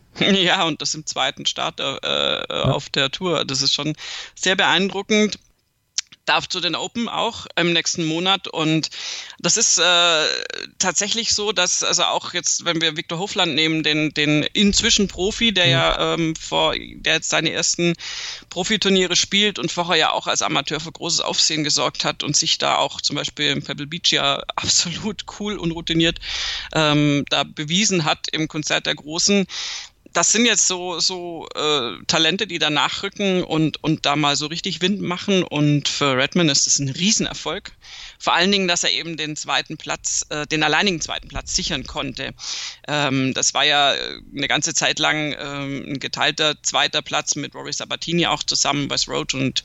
Ja, und das im zweiten Start äh, ja. auf der Tour. Das ist schon sehr beeindruckend. Darf zu den Open auch im nächsten Monat und das ist äh, tatsächlich so, dass also auch jetzt, wenn wir Viktor Hovland nehmen, den den inzwischen Profi, der mhm. ja ähm, vor, der jetzt seine ersten Profiturniere spielt und vorher ja auch als Amateur für großes Aufsehen gesorgt hat und sich da auch zum Beispiel im Pebble Beach ja absolut cool und routiniert ähm, da bewiesen hat im Konzert der Großen. Das sind jetzt so so äh, Talente, die da nachrücken und und da mal so richtig Wind machen und für Redman ist es ein Riesenerfolg. Vor allen Dingen, dass er eben den zweiten Platz, äh, den alleinigen zweiten Platz sichern konnte. Ähm, das war ja eine ganze Zeit lang ähm, ein geteilter zweiter Platz mit Rory Sabatini auch zusammen, Wes Roach und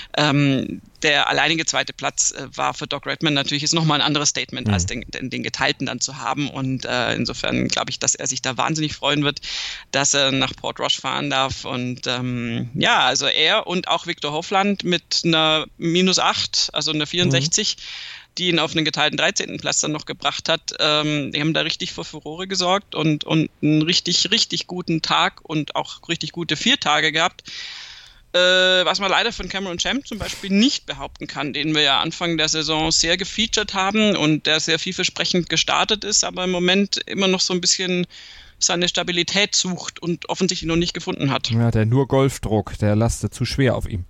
ähm, der alleinige zweite Platz äh, war für Doc Redman natürlich ist nochmal ein anderes Statement, mhm. als den, den, den geteilten dann zu haben und äh, insofern glaube ich, dass er sich da wahnsinnig freuen wird, dass er nach Port Roche fahren darf und ähm, ja, also er und auch Viktor Hovland mit einer minus acht, also einer vierundsechzig, mhm. die ihn auf einen geteilten dreizehnten Platz dann noch gebracht hat, ähm, die haben da richtig für Furore gesorgt und, und einen richtig, richtig guten Tag und auch richtig gute vier Tage gehabt. Äh, was man leider von Cameron Champ zum Beispiel nicht behaupten kann, den wir ja Anfang der Saison sehr gefeatured haben und der sehr vielversprechend gestartet ist, aber im Moment immer noch so ein bisschen seine Stabilität sucht und offensichtlich noch nicht gefunden hat. Ja, der nur Golfdruck, der lastet zu schwer auf ihm.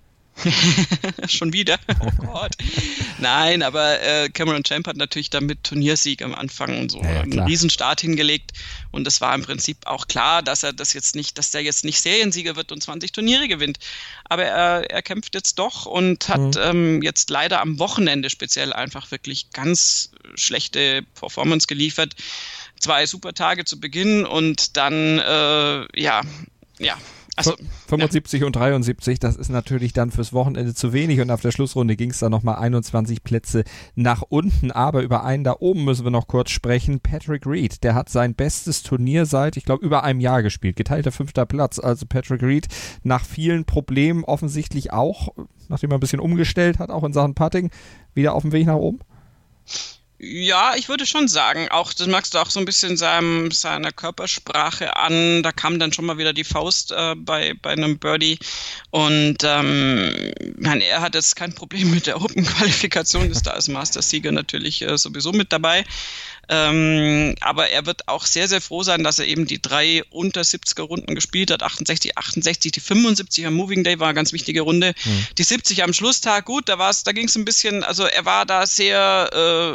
Schon wieder? Oh Gott. Nein, aber äh, Cameron Champ hat natürlich damit Turniersieg am Anfang und so ja, einen Riesenstart hingelegt und es war im Prinzip auch klar, dass er das jetzt nicht, dass der jetzt nicht Seriensieger wird und zwanzig Turniere gewinnt. Aber er, er kämpft jetzt doch und hat mhm. ähm, jetzt leider am Wochenende speziell einfach wirklich ganz schlechte Performance geliefert. Zwei super Tage zu Beginn und dann äh, ja, ja. Also, fünfundsiebzig ja. und dreiundsiebzig, das ist natürlich dann fürs Wochenende zu wenig und auf der Schlussrunde ging es dann nochmal einundzwanzig Plätze nach unten, aber über einen da oben müssen wir noch kurz sprechen. Patrick Reed, der hat sein bestes Turnier seit, ich glaube, über einem Jahr gespielt, geteilter fünfter Platz, also Patrick Reed nach vielen Problemen offensichtlich auch, nachdem er ein bisschen umgestellt hat, auch in Sachen Putting, wieder auf dem Weg nach oben. Ja, ich würde schon sagen, auch das merkst du auch so ein bisschen seinem, seiner Körpersprache an, da kam dann schon mal wieder die Faust äh, bei, bei einem Birdie und ähm, man, er hat jetzt kein Problem mit der Open-Qualifikation, ist da als Masters-Sieger natürlich äh, sowieso mit dabei. Ähm, aber er wird auch sehr, sehr froh sein, dass er eben die drei unter siebziger Runden gespielt hat. achtundsechzig, achtundsechzig, die fünfundsiebzig am Moving Day war eine ganz wichtige Runde. Mhm. Die siebzig am Schlusstag, gut, da war's, da ging es ein bisschen, also er war da sehr,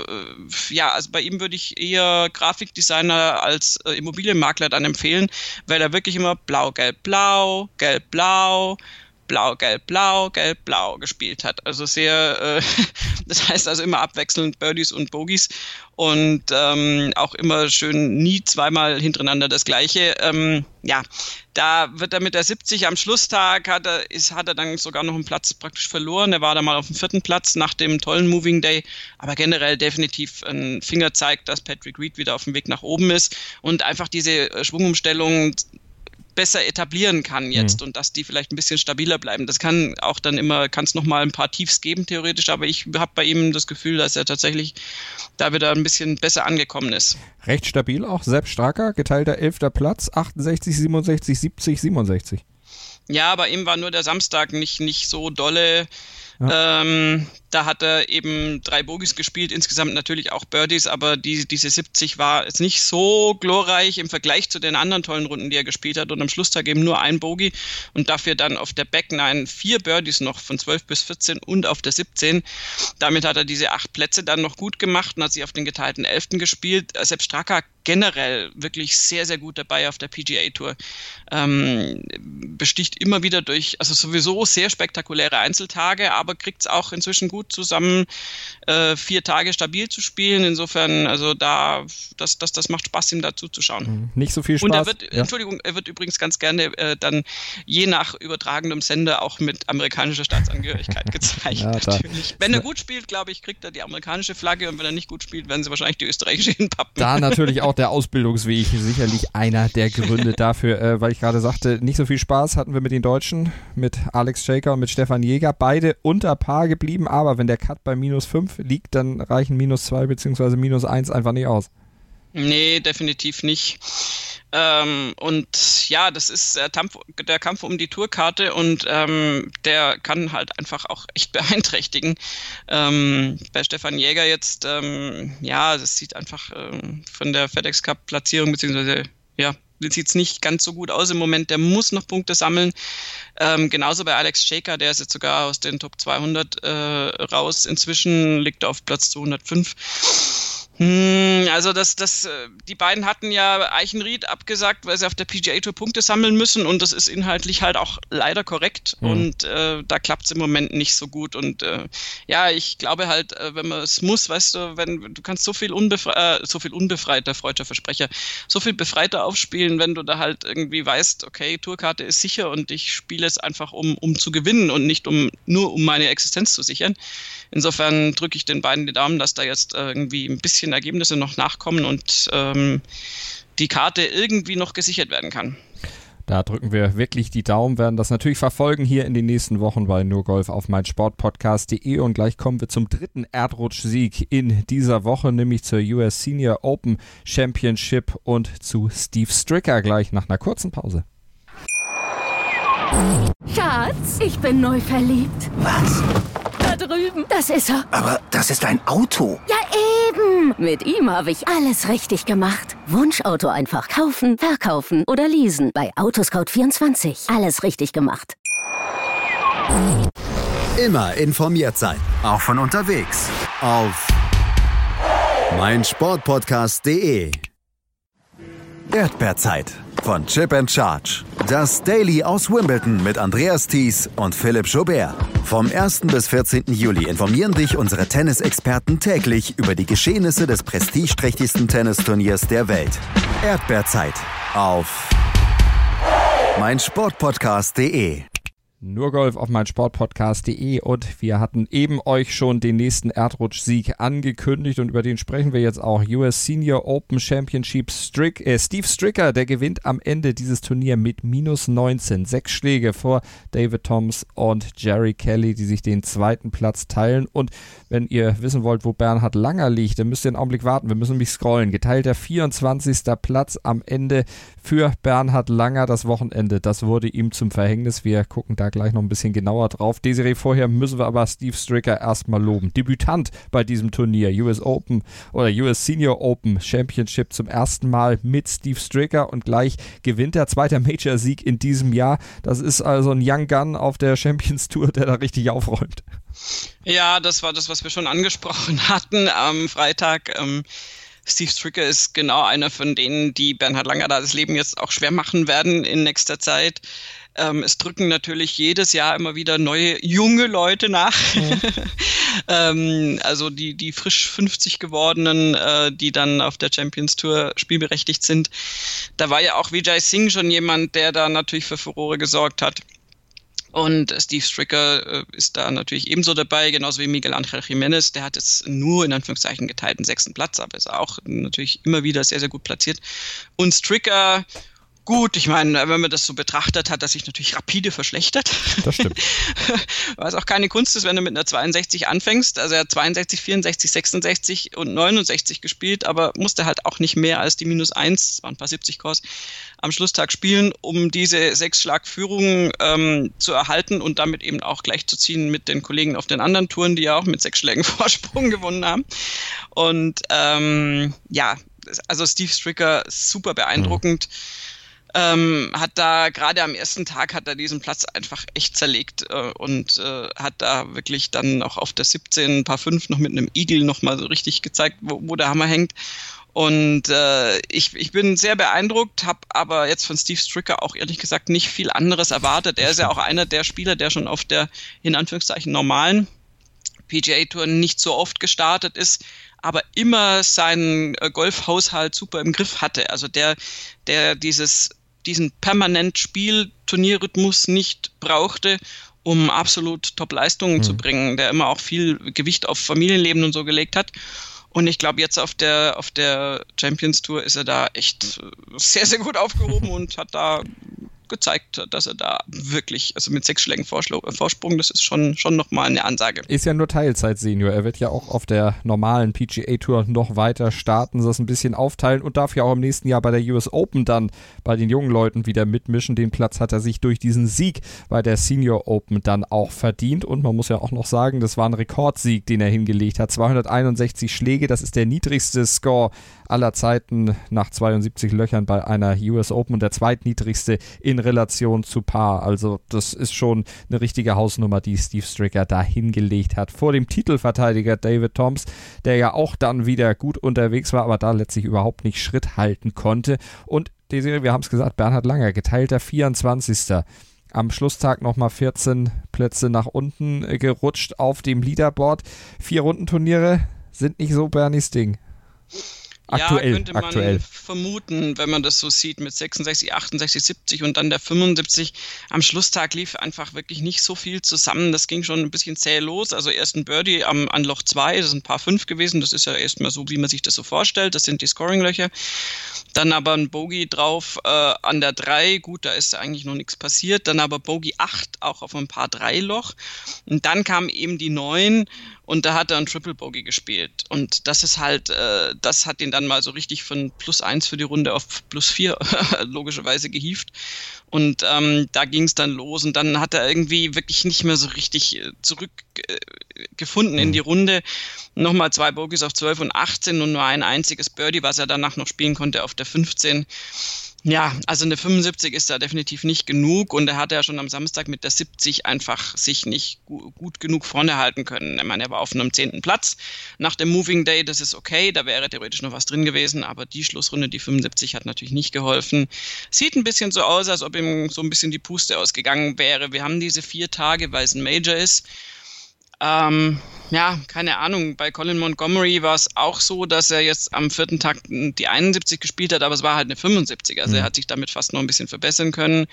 äh, ja, also bei ihm würde ich eher Grafikdesigner als äh, Immobilienmakler dann empfehlen, weil er wirklich immer blau, gelb, blau, gelb, blau, blau, gelb, blau, gelb, blau gespielt hat. Also sehr, äh, das heißt also immer abwechselnd Birdies und Bogies und ähm, auch immer schön nie zweimal hintereinander das Gleiche. Ähm, ja, da wird er mit der siebzig am Schlusstag, hat er, ist, hat er dann sogar noch einen Platz praktisch verloren. Er war da mal auf dem vierten Platz nach dem tollen Moving Day, aber generell definitiv ein Fingerzeig, dass Patrick Reed wieder auf dem Weg nach oben ist und einfach diese Schwungumstellung besser etablieren kann jetzt mhm. und dass die vielleicht ein bisschen stabiler bleiben. Das kann auch dann immer, kann es nochmal ein paar Tiefs geben theoretisch, aber ich habe bei ihm das Gefühl, dass er tatsächlich da wieder ein bisschen besser angekommen ist. Recht stabil auch, Sepp Straka, geteilter elfter Platz, achtundsechzig, siebenundsechzig, siebzig, siebenundsechzig. Ja, bei ihm war nur der Samstag nicht, nicht so dolle. Ja. Ähm, da hat er eben drei Bogies gespielt, insgesamt natürlich auch Birdies, aber die, diese siebzig war jetzt nicht so glorreich im Vergleich zu den anderen tollen Runden, die er gespielt hat und am Schlusstag eben nur ein Bogie und dafür dann auf der Back Nine vier Birdies noch von zwölf bis vierzehn und auf der siebzehn. Damit hat er diese acht Plätze dann noch gut gemacht und hat sich auf den geteilten elften gespielt. Sepp Straka generell wirklich sehr, sehr gut dabei auf der P G A Tour. Ähm, besticht immer wieder durch, also sowieso sehr spektakuläre Einzeltage, aber kriegt es auch inzwischen gut zusammen, äh, vier Tage stabil zu spielen. Insofern, also da, das, das, das macht Spaß, ihm dazu zu schauen. Nicht so viel Spaß. Und er wird, ja. Entschuldigung, er wird übrigens ganz gerne äh, dann je nach übertragendem Sender auch mit amerikanischer Staatsangehörigkeit gezeigt. Ja, natürlich. Wenn er gut spielt, glaube ich, kriegt er die amerikanische Flagge und wenn er nicht gut spielt, werden sie wahrscheinlich die österreichische hinpappen. Da natürlich auch der Ausbildungsweg sicherlich einer der Gründe dafür, äh, weil ich gerade sagte, nicht so viel Spaß hatten wir mit den Deutschen, mit Alex Schäker und mit Stefan Jäger, beide unter Paar geblieben, aber wenn der Cut bei minus fünf liegt, dann reichen minus zwei bzw. minus eins einfach nicht aus. Nee, definitiv nicht. Ähm, und ja, das ist der Kampf, der Kampf um die Tourkarte und ähm, der kann halt einfach auch echt beeinträchtigen. Ähm, bei Stefan Jäger jetzt, ähm, ja, das sieht einfach ähm, von der FedEx Cup Platzierung beziehungsweise, ja, sieht es nicht ganz so gut aus im Moment, der muss noch Punkte sammeln. Ähm, genauso bei Alex Schäker, der ist jetzt sogar aus den Top zweihundert äh, raus. Inzwischen liegt er auf Platz zweihundertfünf. Hm, also das, das, die beiden hatten ja Eichenried abgesagt, weil sie auf der P G A Tour Punkte sammeln müssen und das ist inhaltlich halt auch leider korrekt mhm. und äh, da klappt es im Moment nicht so gut und äh, ja, ich glaube halt, äh, wenn man es muss, weißt du, wenn du kannst so viel unbefreiter, äh, so viel unbefreiter, freudscher Versprecher, so viel befreiter aufspielen, wenn du da halt irgendwie weißt, okay, Tourkarte ist sicher und ich spiele es einfach um, um zu gewinnen und nicht um nur um meine Existenz zu sichern. Insofern drücke ich den beiden die Daumen, dass da jetzt äh, irgendwie ein bisschen Ergebnisse noch nachkommen und ähm, die Karte irgendwie noch gesichert werden kann. Da drücken wir wirklich die Daumen, werden das natürlich verfolgen hier in den nächsten Wochen bei nur Golf auf meinsportpodcast punkt de und gleich kommen wir zum dritten Erdrutschsieg in dieser Woche, nämlich zur U S Senior Open Championship und zu Steve Stricker gleich nach einer kurzen Pause. Schatz, ich bin neu verliebt. Was? Da drüben. Das ist er. Aber das ist ein Auto. Ja, eben. Mit ihm habe ich alles richtig gemacht. Wunschauto einfach kaufen, verkaufen oder leasen. Bei Autoscout vierundzwanzig. Alles richtig gemacht. Immer informiert sein. Auch von unterwegs. Auf meinsportpodcast punkt de. Erdbeerzeit von Chip and Charge. Das Daily aus Wimbledon mit Andreas Thies und Philipp Joubert. Vom ersten bis vierzehnten Juli informieren dich unsere Tennisexperten täglich über die Geschehnisse des prestigeträchtigsten Tennisturniers der Welt. Erdbeerzeit auf meinsportpodcast punkt de. Nur Golf auf meinsportpodcast punkt de und wir hatten eben euch schon den nächsten Erdrutschsieg angekündigt und über den sprechen wir jetzt auch. U S Senior Open Championship Strick, äh, Steve Stricker, der gewinnt am Ende dieses Turnier mit minus neunzehn. Sechs Schläge vor David Toms und Jerry Kelly, die sich den zweiten Platz teilen. Und wenn ihr wissen wollt, wo Bernhard Langer liegt, dann müsst ihr einen Augenblick warten. Wir müssen nämlich scrollen. Geteilter vierundzwanzigster Platz am Ende für Bernhard Langer. Das Wochenende, das wurde ihm zum Verhängnis. Wir gucken da gleich noch ein bisschen genauer drauf. Desiree, vorher müssen wir aber Steve Stricker erstmal loben. Debütant bei diesem Turnier, U S Open oder U S Senior Open Championship zum ersten Mal mit Steve Stricker und gleich gewinnt er. Zweiter Major-Sieg in diesem Jahr. Das ist also ein Young Gun auf der Champions Tour, der da richtig aufräumt. Ja, das war das, was wir schon angesprochen hatten am Freitag. Ähm, Steve Stricker ist genau einer von denen, die Bernhard Langer da das Leben jetzt auch schwer machen werden in nächster Zeit. Ähm, es drücken natürlich jedes Jahr immer wieder neue, junge Leute nach. Mhm. ähm, also die, die frisch fünfzig gewordenen, äh, die dann auf der Champions Tour spielberechtigt sind. Da war ja auch Vijay Singh schon jemand, der da natürlich für Furore gesorgt hat. Und Steve Stricker äh, ist da natürlich ebenso dabei, genauso wie Miguel Ángel Jiménez. Der hat jetzt nur in Anführungszeichen geteilten sechsten Platz, aber ist auch natürlich immer wieder sehr, sehr gut platziert. Und Stricker, gut, ich meine, wenn man das so betrachtet, hat er sich natürlich rapide verschlechtert. Das stimmt. Was auch keine Kunst ist, wenn du mit einer zweiundsechzig anfängst. Also er hat zweiundsechzig, vierundsechzig, sechsundsechzig und neunundsechzig gespielt, aber musste halt auch nicht mehr als die minus eins, das waren ein paar siebzig Kurs, am Schlusstag spielen, um diese Sechs-Schlag-Führung ähm, zu erhalten und damit eben auch gleichzuziehen mit den Kollegen auf den anderen Touren, die ja auch mit sechs Schlägen Vorsprung gewonnen haben. Und ähm, ja, also Steve Stricker, super beeindruckend. Mhm. Ähm, hat da gerade am ersten Tag hat er diesen Platz einfach echt zerlegt äh, und äh, hat da wirklich dann auch auf der siebzehn ein paar fünf noch mit einem Eagle nochmal so richtig gezeigt, wo, wo der Hammer hängt. Und äh, ich, ich bin sehr beeindruckt, habe aber jetzt von Steve Stricker auch ehrlich gesagt nicht viel anderes erwartet. Er ist ja auch einer der Spieler, der schon auf der in Anführungszeichen normalen P G A-Tour nicht so oft gestartet ist, aber immer seinen äh, Golfhaushalt super im Griff hatte. Also der, der dieses diesen permanent Spiel-Turnierrhythmus nicht brauchte, um absolut Top-Leistungen mhm. zu bringen, der immer auch viel Gewicht auf Familienleben und so gelegt hat. Und ich glaube, jetzt auf der auf der Champions Tour ist er da echt sehr, sehr gut aufgehoben und hat da gezeigt, dass er da wirklich, also mit sechs Schlägen Vorsprung, das ist schon, schon nochmal eine Ansage. Ist ja nur Teilzeit-Senior. Er wird ja auch auf der normalen P G A-Tour noch weiter starten, das ein bisschen aufteilen und darf ja auch im nächsten Jahr bei der U S Open dann bei den jungen Leuten wieder mitmischen. Den Platz hat er sich durch diesen Sieg bei der Senior Open dann auch verdient und man muss ja auch noch sagen, das war ein Rekordsieg, den er hingelegt hat. zweihunderteinundsechzig Schläge, das ist der niedrigste Score aller Zeiten nach zweiundsiebzig Löchern bei einer U S Open und der zweitniedrigste in Relation zu Paar. Also das ist schon eine richtige Hausnummer, die Steve Stricker da hingelegt hat. Vor dem Titelverteidiger David Toms, der ja auch dann wieder gut unterwegs war, aber da letztlich überhaupt nicht Schritt halten konnte. Und die Serie, wir haben es gesagt, Bernhard Langer, geteilter vierundzwanzigster Am Schlusstag nochmal vierzehn Plätze nach unten gerutscht auf dem Leaderboard. Vier Rundenturniere sind nicht so Bernies Ding. Aktuell, ja, könnte man aktuell. vermuten, wenn man das so sieht mit sechsundsechzig, achtundsechzig, siebzig und dann der fünfundsiebzig. Am Schlusstag lief einfach wirklich nicht so viel zusammen. Das ging schon ein bisschen zäh los. Also erst ein Birdie am, an Loch zwei, das sind ein paar fünf gewesen. Das ist ja erstmal so, wie man sich das so vorstellt. Das sind die Scoring-Löcher. Dann aber ein Bogey drauf äh, an der drei. Gut, da ist eigentlich noch nichts passiert. Dann aber Bogey acht, auch auf ein paar drei Loch. Und dann kam eben die neun. Und da hat er ein Triple Bogey gespielt. Und das ist halt, äh, das hat ihn dann mal so richtig von plus eins für die Runde auf plus vier logischerweise gehievt. Und ähm, da ging es dann los. Und dann hat er irgendwie wirklich nicht mehr so richtig äh, zurückgefunden äh, in die Runde. Nochmal zwei Bogies auf zwölf und achtzehn und nur ein einziges Birdie, was er danach noch spielen konnte auf der fünfzehn. Ja, also eine fünfundsiebzig ist da definitiv nicht genug und er hatte ja schon am Samstag mit der siebzig einfach sich nicht gu- gut genug vorne halten können. Ich meine, er war auf einem zehnten Platz nach dem Moving Day, das ist okay, da wäre theoretisch noch was drin gewesen, aber die Schlussrunde, die fünfundsiebzig, hat natürlich nicht geholfen. Sieht ein bisschen so aus, als ob ihm so ein bisschen die Puste ausgegangen wäre. Wir haben diese vier Tage, weil es ein Major ist. Ähm, ja, keine Ahnung, bei Colin Montgomery war es auch so, dass er jetzt am vierten Tag die einundsiebzig gespielt hat, aber es war halt eine fünfundsiebzig, also mhm. er hat sich damit fast noch ein bisschen verbessern können.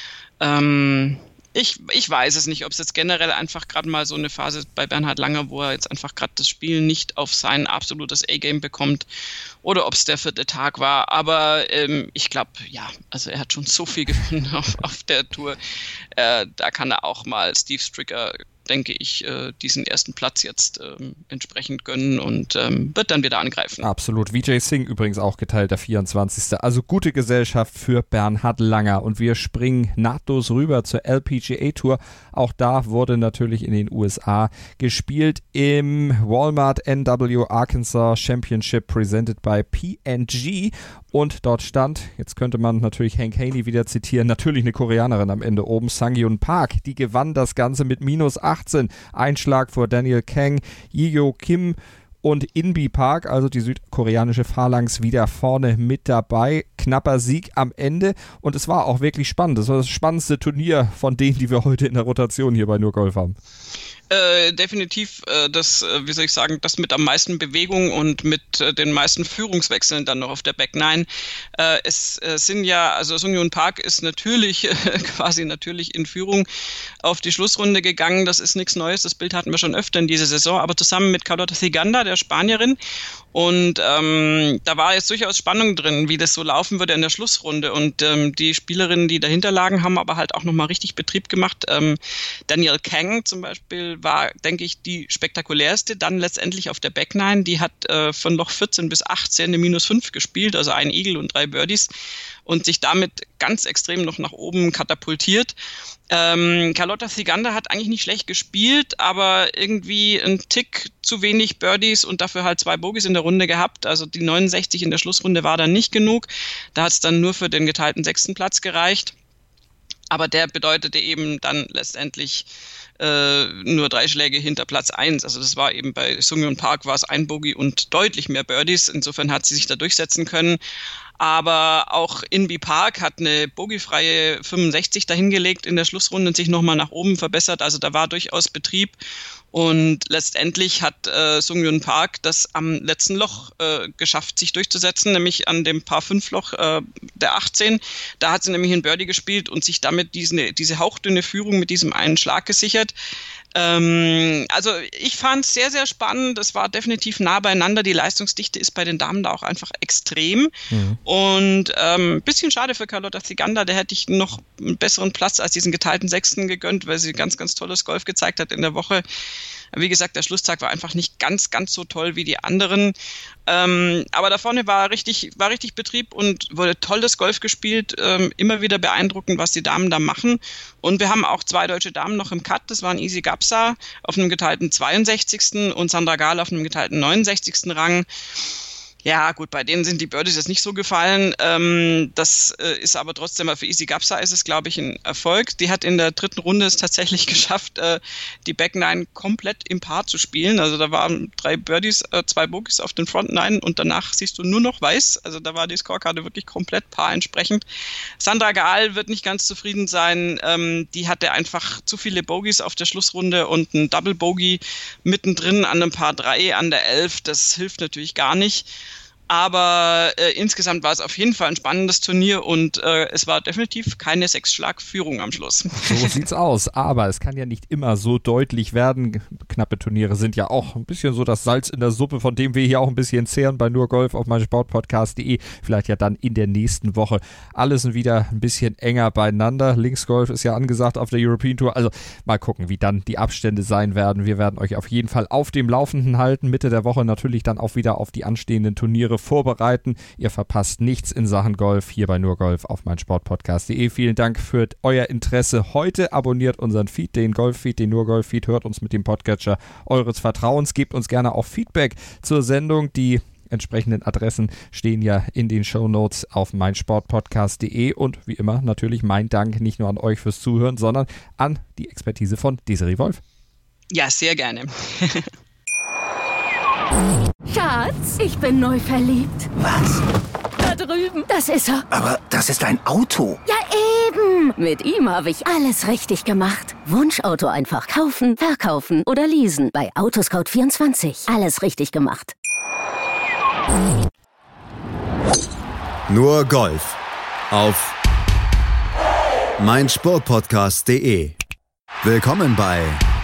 Ähm, ich, ich weiß es nicht, ob es jetzt generell einfach gerade mal so eine Phase bei Bernhard Langer, wo er jetzt einfach gerade das Spiel nicht auf sein absolutes A-Game bekommt oder ob es der vierte Tag war, aber ähm, ich glaube, ja, also er hat schon so viel gewonnen auf, auf der Tour, äh, da kann er auch mal Steve Stricker denke ich, äh, diesen ersten Platz jetzt ähm, entsprechend gönnen und ähm, wird dann wieder angreifen. Absolut. Vijay Singh übrigens auch geteilt, der vierundzwanzigste Also gute Gesellschaft für Bernhard Langer. Und wir springen nahtlos rüber zur L P G A Tour. Auch da wurde natürlich in den U S A gespielt im Walmart N W Arkansas Championship presented by P N G. Und dort stand, jetzt könnte man natürlich Hank Haney wieder zitieren, natürlich eine Koreanerin am Ende oben, Sang-Hyun Park. Die gewann das Ganze mit minus achtzehn. Einschlag vor Daniel Kang, Yi-Yo Kim und Inbee Park, also die südkoreanische Phalanx, wieder vorne mit dabei. Knapper Sieg am Ende und es war auch wirklich spannend. Das war das spannendste Turnier von denen, die wir heute in der Rotation hier bei Nur Golf haben. Äh, definitiv äh, das, äh, wie soll ich sagen, das mit am meisten Bewegung und mit äh, den meisten Führungswechseln dann noch auf der Back Nine. Äh, es äh, sind ja, also Sang-Hyun Park ist natürlich äh, quasi natürlich in Führung auf die Schlussrunde gegangen. Das ist nichts Neues, das Bild hatten wir schon öfter in dieser Saison, aber zusammen mit Carlota Ciganda, der Spanierin. Und ähm, da war jetzt durchaus Spannung drin, wie das so laufen würde in der Schlussrunde. Und ähm, die Spielerinnen, die dahinter lagen, haben aber halt auch nochmal richtig Betrieb gemacht. Ähm, Daniel Kang zum Beispiel war, denke ich, die spektakulärste. Dann letztendlich auf der Back Nine, die hat äh, von Loch vierzehn bis achtzehn eine minus fünf gespielt, also ein Eagle und drei Birdies und sich damit ganz extrem noch nach oben katapultiert. Ähm, Carlota Ciganda hat eigentlich nicht schlecht gespielt, aber irgendwie ein Tick zu wenig Birdies und dafür halt zwei Bogies in der Runde gehabt. Also die neunundsechzig in der Schlussrunde war dann nicht genug. Da hat es dann nur für den geteilten sechsten Platz gereicht. Aber der bedeutete eben dann letztendlich äh, nur drei Schläge hinter Platz eins. Also das war eben bei Sang-Hyun Park war es ein Bogey und deutlich mehr Birdies. Insofern hat sie sich da durchsetzen können. Aber auch Inbee Park hat eine bogiefreie fünfundsechzig dahingelegt in der Schlussrunde und sich nochmal nach oben verbessert. Also da war durchaus Betrieb. Und letztendlich hat äh, Sang-Hyun Park das am letzten Loch äh, geschafft, sich durchzusetzen, nämlich an dem Par fünf Loch äh, der achtzehn. Da hat sie nämlich ein Birdie gespielt und sich damit diese, diese hauchdünne Führung mit diesem einen Schlag gesichert. Ähm, also ich fand es sehr, sehr spannend. Es war definitiv nah beieinander. Die Leistungsdichte ist bei den Damen da auch einfach extrem. Mhm. Und ein ähm, bisschen schade für Carlota Ciganda. Da hätte ich noch einen besseren Platz als diesen geteilten Sechsten gegönnt, weil sie ganz, ganz tolles Golf gezeigt hat in der Woche. Wie gesagt, der Schlusstag war einfach nicht ganz, ganz so toll wie die anderen. Ähm, aber da vorne war richtig, war richtig Betrieb und wurde tolles Golf gespielt. Ähm, immer wieder beeindruckend, was die Damen da machen. Und wir haben auch zwei deutsche Damen noch im Cut. Das waren Isi Gapsa auf einem geteilten zweiundsechzigsten und Sandra Gahl auf einem geteilten neunundsechzigsten Rang. Ja, gut, bei denen sind die Birdies jetzt nicht so gefallen. Ähm, das äh, ist aber trotzdem, für Isi Gapsa ist es, glaube ich, ein Erfolg. Die hat in der dritten Runde es tatsächlich geschafft, äh, die Back Nine komplett im Paar zu spielen. Also da waren drei Birdies, äh, zwei Bogies auf den Front Nine und danach siehst du nur noch weiß. Also da war die Scorekarte wirklich komplett Paar entsprechend. Sandra Gahl wird nicht ganz zufrieden sein. Ähm, die hatte einfach zu viele Bogies auf der Schlussrunde und ein Double Bogey mittendrin an einem Par drei an der elf. Das hilft natürlich gar nicht. Aber äh, insgesamt war es auf jeden Fall ein spannendes Turnier und äh, es war definitiv keine Sechs-Schlag-Führung am Schluss. So sieht's aus, aber es kann ja nicht immer so deutlich werden. Knappe Turniere sind ja auch ein bisschen so das Salz in der Suppe, von dem wir hier auch ein bisschen zehren bei Nur Golf auf meinsportpodcast punkt de. Vielleicht ja dann in der nächsten Woche. Alles sind wieder ein bisschen enger beieinander. Linksgolf ist ja angesagt auf der European Tour. Also mal gucken, wie dann die Abstände sein werden. Wir werden euch auf jeden Fall auf dem Laufenden halten. Mitte der Woche natürlich dann auch wieder auf die anstehenden Turniere vorbereiten. Ihr verpasst nichts in Sachen Golf hier bei Nur Golf auf meinsportpodcast punkt de. Vielen Dank für euer Interesse heute. Abonniert unseren Feed, den Golf-Feed, den Nur Golf-Feed. Hört uns mit dem Podcatcher eures Vertrauens. Gebt uns gerne auch Feedback zur Sendung. Die entsprechenden Adressen stehen ja in den Shownotes auf meinsportpodcast punkt de. Und wie immer natürlich mein Dank nicht nur an euch fürs Zuhören, sondern an die Expertise von Desiree Wolf. Ja, sehr gerne. Schatz, ich bin neu verliebt. Was? Da drüben. Das ist er. Aber das ist ein Auto. Ja, eben. Mit ihm habe ich alles richtig gemacht. Wunschauto einfach kaufen, verkaufen oder leasen. Bei Autoscout vierundzwanzig. Alles richtig gemacht. Nur Golf auf meinsportpodcast punkt de. Willkommen bei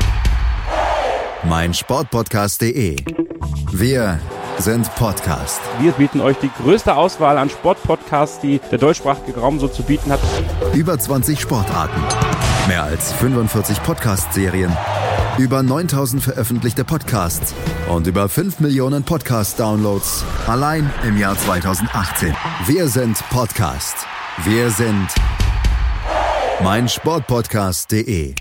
meinsportpodcast punkt de. Wir sind Podcast. Wir bieten euch die größte Auswahl an Sportpodcasts, die der deutschsprachige Raum so zu bieten hat. Über zwanzig Sportarten, mehr als fünfundvierzig Podcast-Serien, Über neuntausend veröffentlichte Podcasts und über fünf Millionen Podcast-Downloads allein im Jahr zweitausendachtzehn. Wir sind Podcast. Wir sind meinsportpodcast punkt de.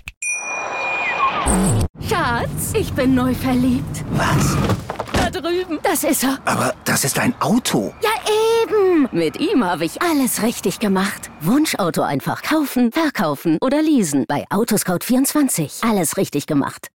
Schatz, ich bin neu verliebt. Was? Da drüben. Das ist er. Aber das ist ein Auto. Ja, eben. Mit ihm habe ich alles richtig gemacht. Wunschauto einfach kaufen, verkaufen oder leasen. Bei Autoscout vierundzwanzig. Alles richtig gemacht.